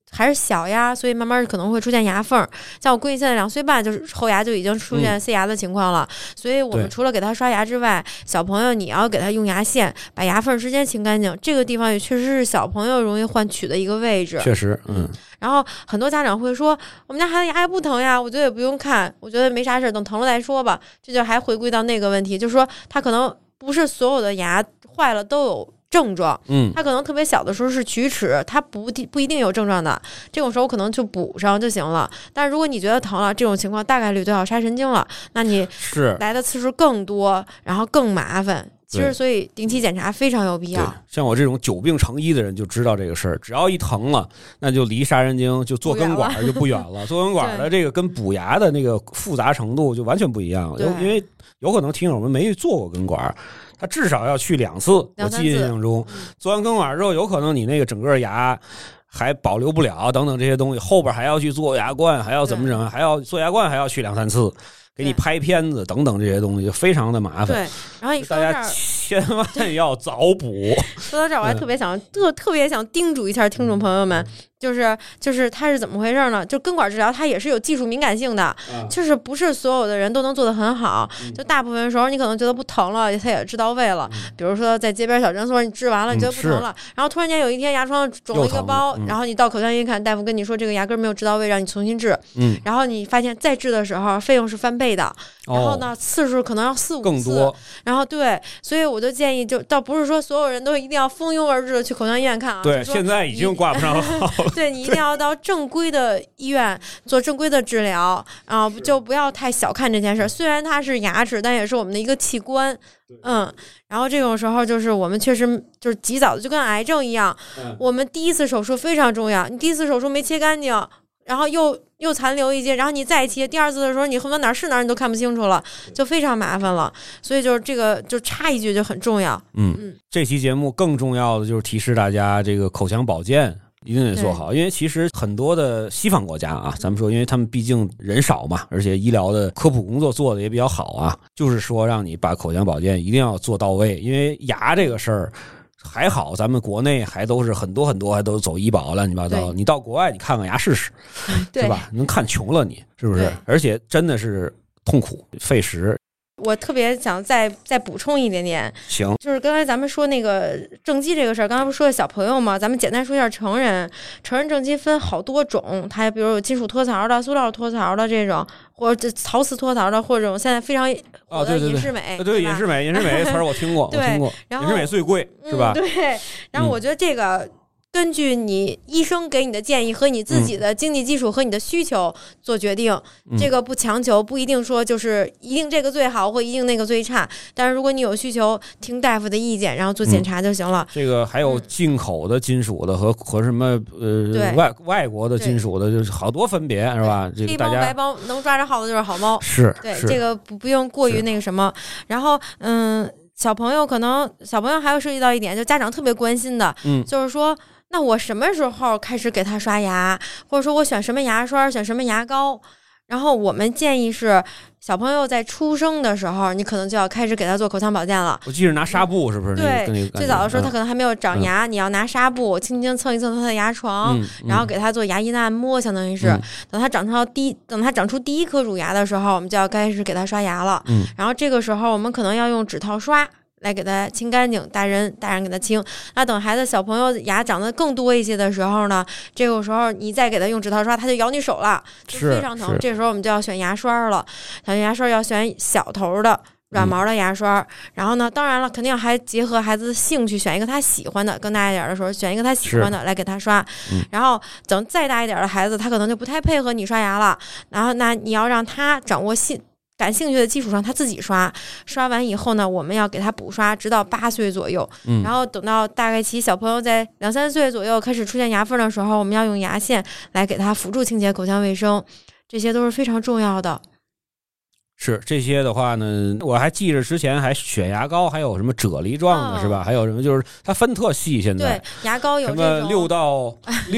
还是小呀，所以慢慢可能会出现牙缝。像我闺女现在2岁半，就是后牙就已经出现塞牙的情况了。所以我们除了给她刷牙之外，小朋友你要给她用牙线把牙缝之间清干净。这个地方也确实是小朋友容易患龋的一个位置。 确实， 然后很多家长会说，我们家孩子牙也不疼呀，我觉得也不用看，我觉得没啥事，等疼了再说吧。这就还回归到那个问题，就是说他可能不是所有的牙坏了都有症状，他可能特别小的时候是龋齿，他不一定有症状的，这种时候可能就补上就行了。但是如果你觉得疼了，这种情况大概率都要杀神经了，那你来的次数更多，然后更麻烦。其实，所以定期检查非常有必要。 像我这种久病成医的人就知道这个事儿，只要一疼了，那就离杀神经就做根管就不远了。做根管的这个跟补牙的那个复杂程度就完全不一样，因为有可能听友们没做过根管。他至少要去2次，我记印象中，做完根管之后，有可能你那个整个牙还保留不了，等等这些东西，后边还要去做牙冠，还要怎么整，还要做牙冠，还要去2-3次，给你拍片子等等这些东西，就非常的麻烦。 对，然后你大家千万要早补。 说到这儿，我还特别想叮嘱一下听众朋友们。就是它是怎么回事呢？就根管治疗它也是有技术敏感性的，就是不是所有的人都能做得很好，就大部分时候你可能觉得不疼了，它也治到位了。比如说在街边小诊所你治完了，你觉得不疼了，然后突然间有一天牙床肿了一个包，然后你到口腔医院看，大夫跟你说这个牙根没有治到位，让你重新治，然后你发现再治的时候费用是翻倍的，然后呢次数可能要4-5次更多， 然后对，所以我就建议，就倒不是说所有人都一定要蜂拥而至的去口腔医院看啊， 对，现在已经挂不上号。 对，你一定要到正规的医院做正规的治疗啊，就不要太小看这件事。虽然它是牙齿，但也是我们的一个器官。然后这种时候就是我们确实就是及早的，就跟癌症一样，我们第一次手术非常重要。你第一次手术没切干净，然后又残留一些，然后你再切，第2次的时候你恨不得哪儿是哪儿你都看不清楚了，就非常麻烦了。所以就是这个就插一句就很重要。 这期节目更重要的就是提示大家这个口腔保健一定得做好，因为其实很多的西方国家啊，咱们说，因为他们毕竟人少嘛，而且医疗的科普工作做的也比较好啊，就是说让你把口腔保健一定要做到位。因为牙这个事儿还好，咱们国内还都是很多还都走医保乱七八糟，你到国外你看看牙试试，是吧？能看穷了你，是不是？而且真的是痛苦费时。 我特别想再补充一点点， 行， 就是刚才咱们说那个正畸这个事儿，刚才不是说的小朋友吗？咱们简单说一下成人正畸分好多种，它比如有金属脱槽的、塑料脱槽的这种，或者陶瓷脱槽的，或者这种现在非常火的隐适美， 对隐适美词儿我听过， 对， 隐适美最贵是吧？ 对，然后我觉得这个。根据你医生给你的建议和你自己的经济基础和你的需求做决定，这个不强求，不一定说就是一定这个最好或一定那个最差，但是如果你有需求，听大夫的意见，然后做检查就行了。 这个还有进口的金属的和什么外国的金属的，就是好多分别是吧？这个大家黑猫白猫能抓着好的就是好猫， 是对这个不用过于那个什么，然后小朋友还会涉及到一点，就家长特别关心的，就是说。那我什么时候开始给他刷牙，或者说我选什么牙刷，选什么牙膏？然后我们建议是，小朋友在出生的时候，你可能就要开始给他做口腔保健了。 我记得拿纱布是不是？ 对，最早的时候他可能还没有长牙，你要拿纱布轻轻蹭一蹭他的牙床，然后给他做牙龈的按摩，相当于是等他长出第一颗乳牙的时候，我们就要开始给他刷牙了。然后这个时候我们可能要用指套刷。来给他清干净，大人给他清。那等孩子小朋友牙长得更多一些的时候呢，这个时候你再给他用指套刷，他就咬你手了，就非常疼。这时候我们就要选牙刷了，选牙刷要选小头的软毛的牙刷。然后呢，当然了，肯定还结合孩子的兴趣，选一个他喜欢的。更大一点的时候，选一个他喜欢的来给他刷。然后等再大一点的孩子，他可能就不太配合你刷牙了。然后那你要让他掌握感兴趣的基础上，他自己刷完以后呢，我们要给他补刷，直到8岁左右。然后等到大概小朋友在2-3岁左右开始出现牙缝的时候，我们要用牙线来给他辅助清洁口腔卫生，这些都是非常重要的。 是这些的话呢，我还记着之前还选牙膏，还有什么啫喱状的是吧？还有什么就是它分特细，现在对牙膏有什么6到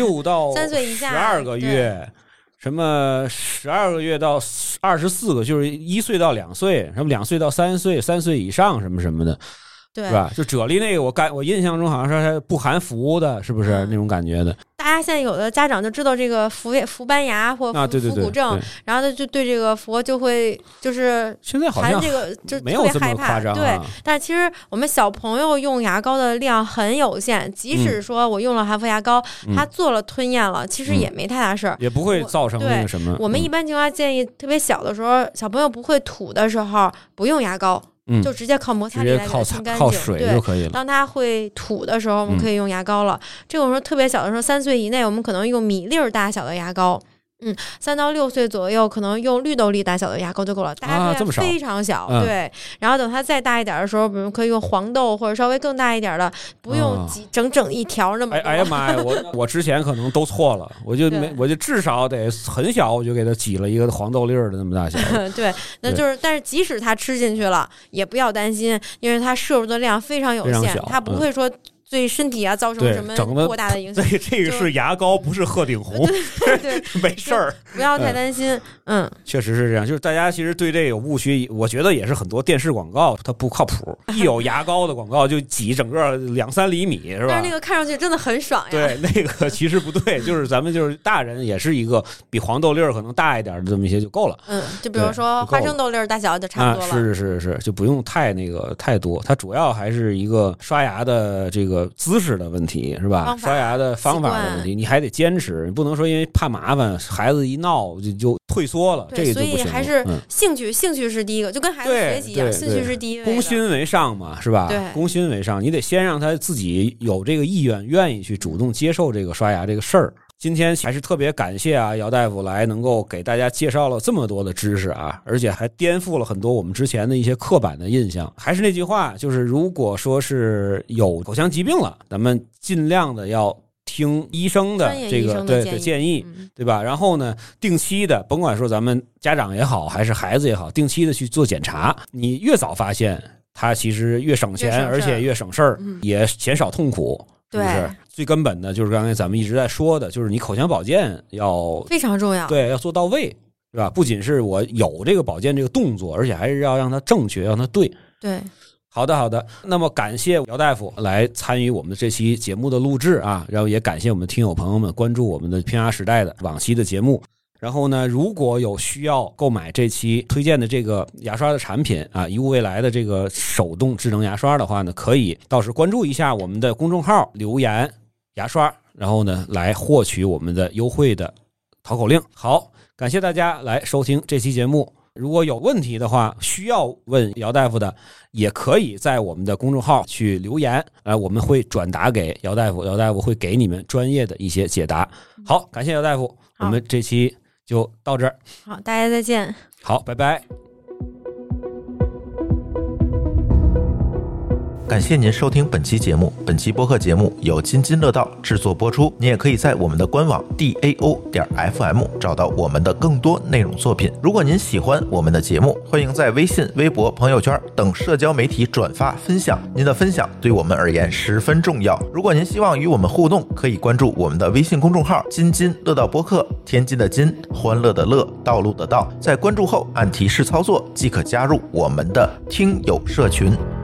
3岁以下 12个月。什么12个月到24个，就是1岁到2岁，什么2岁到3岁，3岁以上什么什么的， 对， 是吧？就啫喱那个，我印象中好像是它不含麸的，是不是那种感觉的？ 大家现在有的家长就知道这个氟斑牙或对骨症，然后他就对这个氟就会就是现在好像这个就没有这么夸张， 对。但其实我们小朋友用牙膏的量很有限，即使说我用了含氟牙膏，他做了吞咽了，其实也没太大事儿， 也不会造成那个什么。 我们一般情况下建议，特别小的时候，小朋友不会吐的时候，不用牙膏。就直接靠摩擦力来给它清干净， 靠水就可以了。 当他会吐的时候，我们可以用牙膏了。这个我说特别小的时候，3岁以内，我们可能用米粒儿大小的牙膏。3到6岁左右，可能用绿豆粒大小的牙膏就够了。大家非常小，对。然后等它再大一点的时候，比如可以用黄豆或者稍微更大一点的，不用整一条那么多。 哎呀妈呀！我之前可能都错了，我就至少得很小，我就给它挤了一个黄豆粒儿的那么大小。 对，那就是，但是即使它吃进去了，也不要担心，因为它摄入的量非常有限，它不会说。对身体造成什么过大的影响？ 这个是牙膏，不是鹤顶红， 对， 没事儿， 不要太担心。 确实是这样，就是大家其实对这个有误区，我觉得也是很多电视广告它不靠谱，一有牙膏的广告就挤整个2-3厘米，是吧？ 但是那个看上去真的很爽呀。 对，那个其实不对，就是咱们就是大人也是一个比黄豆粒儿可能大一点的这么一些就够了。 就比如说花生豆粒儿大小就差不多了。 是，就不用太多，它主要还是一个刷牙的这个姿势的问题，是吧？刷牙的方法的问题，你还得坚持，你不能说因为怕麻烦，孩子一闹就退缩了，这个就不行了。 所以还是兴趣是第一个，就跟孩子学习一样，兴趣是第一位的。 攻心为上嘛，是吧？ 对， 攻心为上，你得先让他自己有这个意愿，愿意去主动接受这个刷牙这个事儿。今天还是特别感谢姚大夫来能够给大家介绍了这么多的知识啊，而且还颠覆了很多我们之前的一些刻板的印象。还是那句话，就是如果说是有口腔疾病了，咱们尽量的要听医生的这个对建议，对吧？然后呢，定期的，甭管说咱们家长也好，还是孩子也好，定期的去做检查。你越早发现，它其实越省钱，而且越省事儿，也减少痛苦。是不是最根本的？就是刚才咱们一直在说的，就是你口腔保健要非常重要， 对，要做到位，是吧？不仅是我有这个保健这个动作，而且还是要让它正确，让它对。 对， 好的。那么感谢姚大夫来参与我们的这期节目的录制啊，然后也感谢我们听友朋友们关注我们的片牙时代的往期的节目。然后呢，如果有需要购买这期推荐的这个牙刷的产品啊，一物未来的这个手动智能牙刷的话呢，可以到时关注一下我们的公众号，留言牙刷，然后呢来获取我们的优惠的淘口令。好，感谢大家来收听这期节目。如果有问题的话，需要问姚大夫的，也可以在我们的公众号去留言，我们会转达给姚大夫，姚大夫会给你们专业的一些解答。好，感谢姚大夫，我们这期就到这儿。 好，大家再见。 好，拜拜。 感谢您收听本期节目。本期播客节目由津津乐道制作播出。你也可以在我们的官网 DAO.FM 找到我们的更多内容作品。如果您喜欢我们的节目，欢迎在微信、微博、朋友圈等社交媒体转发分享。您的分享对我们而言十分重要。如果您希望与我们互动，可以关注我们的微信公众号津津乐道播客，天津的津，欢乐的乐，道路的道。在关注后按提示操作即可加入我们的听友社群。